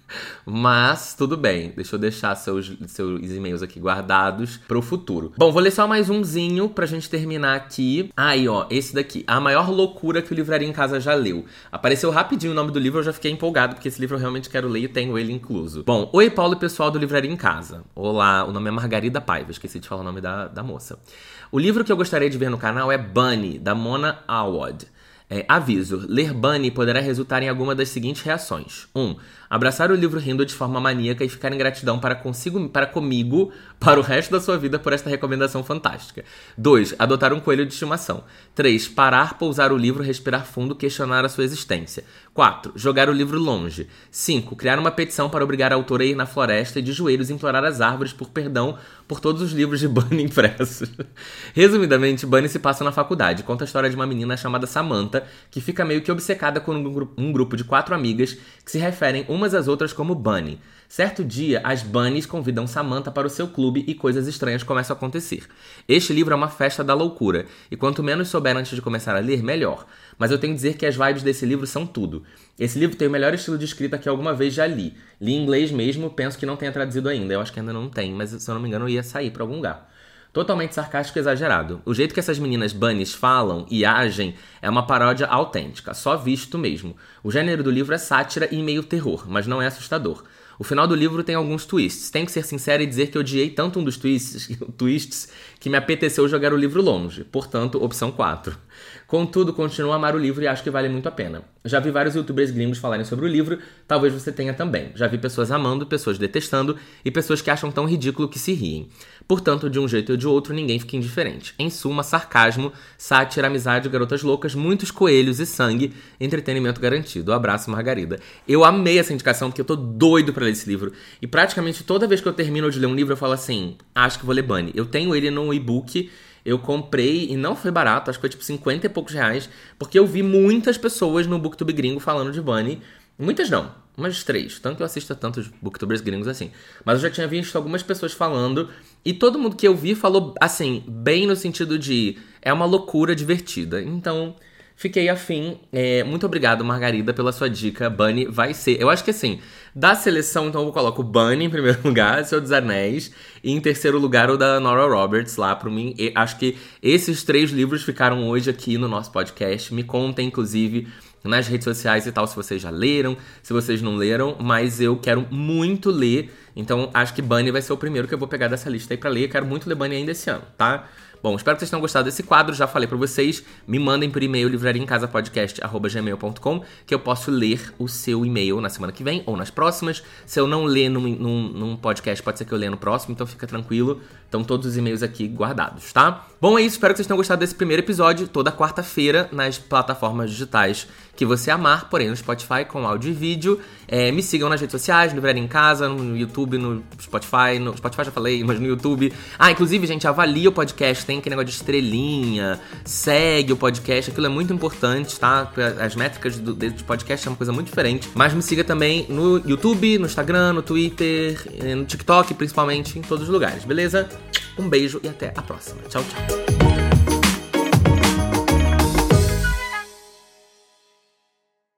Mas, tudo bem. Deixa eu deixar seus, seus e-mails aqui guardados pro futuro. Bom, vou ler só mais umzinho pra gente terminar aqui. Aí, ó, esse daqui. A maior loucura que o Livraria em Casa já leu. Apareceu rapidinho o nome do livro, eu já fiquei empolgado, porque esse livro eu realmente quero ler e tenho ele incluso. Bom, oi, Paulo e pessoal do Livraria em Casa. Olá, o nome é Margarida Paiva, esqueci de falar o nome da, da moça. O livro que eu gostaria de ver no canal é Bunny, da Mona Awad. É, aviso, ler Bunny poderá resultar em alguma das seguintes reações. um. Abraçar o livro rindo de forma maníaca e ficar em gratidão para, consigo, para comigo para o resto da sua vida por esta recomendação fantástica. dois. Adotar um coelho de estimação. três. Parar, pousar o livro, respirar fundo, questionar a sua existência. quatro. Jogar o livro longe. cinco. Criar uma petição para obrigar a autora a ir na floresta e de joelhos implorar às árvores por perdão por todos os livros de Bunny impressos. Resumidamente, Bunny se passa na faculdade. Conta a história de uma menina chamada Samantha, que fica meio que obcecada com um, gru- um grupo de quatro amigas que se referem umas às outras como Bunny. Certo dia, as Bunnies convidam Samantha para o seu clube e coisas estranhas começam a acontecer. Este livro é uma festa da loucura, e quanto menos souber antes de começar a ler, melhor. Mas eu tenho que dizer que as vibes desse livro são tudo. Esse livro tem o melhor estilo de escrita que alguma vez já li. Li em inglês mesmo, penso que não tenha traduzido ainda. Eu acho que ainda não tem, mas se eu não me engano ia sair para algum lugar. Totalmente sarcástico e exagerado. O jeito que essas meninas bunnies falam e agem é uma paródia autêntica, só visto mesmo. O gênero do livro é sátira e meio terror, mas não é assustador. O final do livro tem alguns twists. Tenho que ser sincero e dizer que eu odiei tanto um dos twists, twists que me apeteceu jogar o livro longe. Portanto, opção quatro. Contudo, continuo a amar o livro e acho que vale muito a pena. Já vi vários youtubers gringos falarem sobre o livro, talvez você tenha também. Já vi pessoas amando, pessoas detestando e pessoas que acham tão ridículo que se riem. Portanto, de um jeito ou de outro, ninguém fica indiferente. Em suma, sarcasmo, sátira, amizade, garotas loucas, muitos coelhos e sangue, entretenimento garantido. Abraço, Margarida. Eu amei essa indicação porque eu tô doido pra ler esse livro. E praticamente toda vez que eu termino de ler um livro, eu falo assim, acho que vou ler Bunny. Eu tenho ele no e-book, eu comprei e não foi barato, acho que foi tipo cinquenta e poucos reais, porque eu vi muitas pessoas no Booktube gringo falando de Bunny. Muitas não, umas três. Tanto que eu assisto a tantos booktubers gringos assim. Mas eu já tinha visto algumas pessoas falando, e todo mundo que eu vi falou, assim, bem no sentido de é uma loucura divertida. Então, fiquei afim. É, muito obrigado, Margarida, pela sua dica. Bunny vai ser... Eu acho que assim, da seleção, então eu coloco Bunny em primeiro lugar, Senhor dos Anéis, e em terceiro lugar o da Nora Roberts lá pra mim. E acho que esses três livros ficaram hoje aqui no nosso podcast. Me contem, inclusive, nas redes sociais e tal, se vocês já leram, se vocês não leram, mas eu quero muito ler, então acho que Bunny vai ser o primeiro que eu vou pegar dessa lista aí pra ler. Eu quero muito ler Bunny ainda esse ano, tá? Bom, espero que vocês tenham gostado desse quadro, já falei pra vocês, me mandem por e-mail livrariaemcasapodcast arroba gmail ponto com que eu posso ler o seu e-mail na semana que vem ou nas próximas. Se eu não ler num, num, num podcast, pode ser que eu leia no próximo, então fica tranquilo. Estão todos os e-mails aqui guardados, tá? Bom, é isso, espero que vocês tenham gostado desse primeiro episódio, toda quarta-feira nas plataformas digitais que você amar, porém no Spotify com áudio e vídeo. É, me sigam nas redes sociais, no Livraria em Casa, no YouTube, no Spotify, no Spotify já falei, mas no YouTube. Ah, inclusive, gente, avalia o podcast, tem aquele negócio de estrelinha, segue o podcast, aquilo é muito importante, tá? As métricas do, do podcast é uma coisa muito diferente. Mas me siga também no YouTube, no Instagram, no Twitter, no TikTok, principalmente, em todos os lugares, beleza? Um beijo e até a próxima. Tchau, tchau.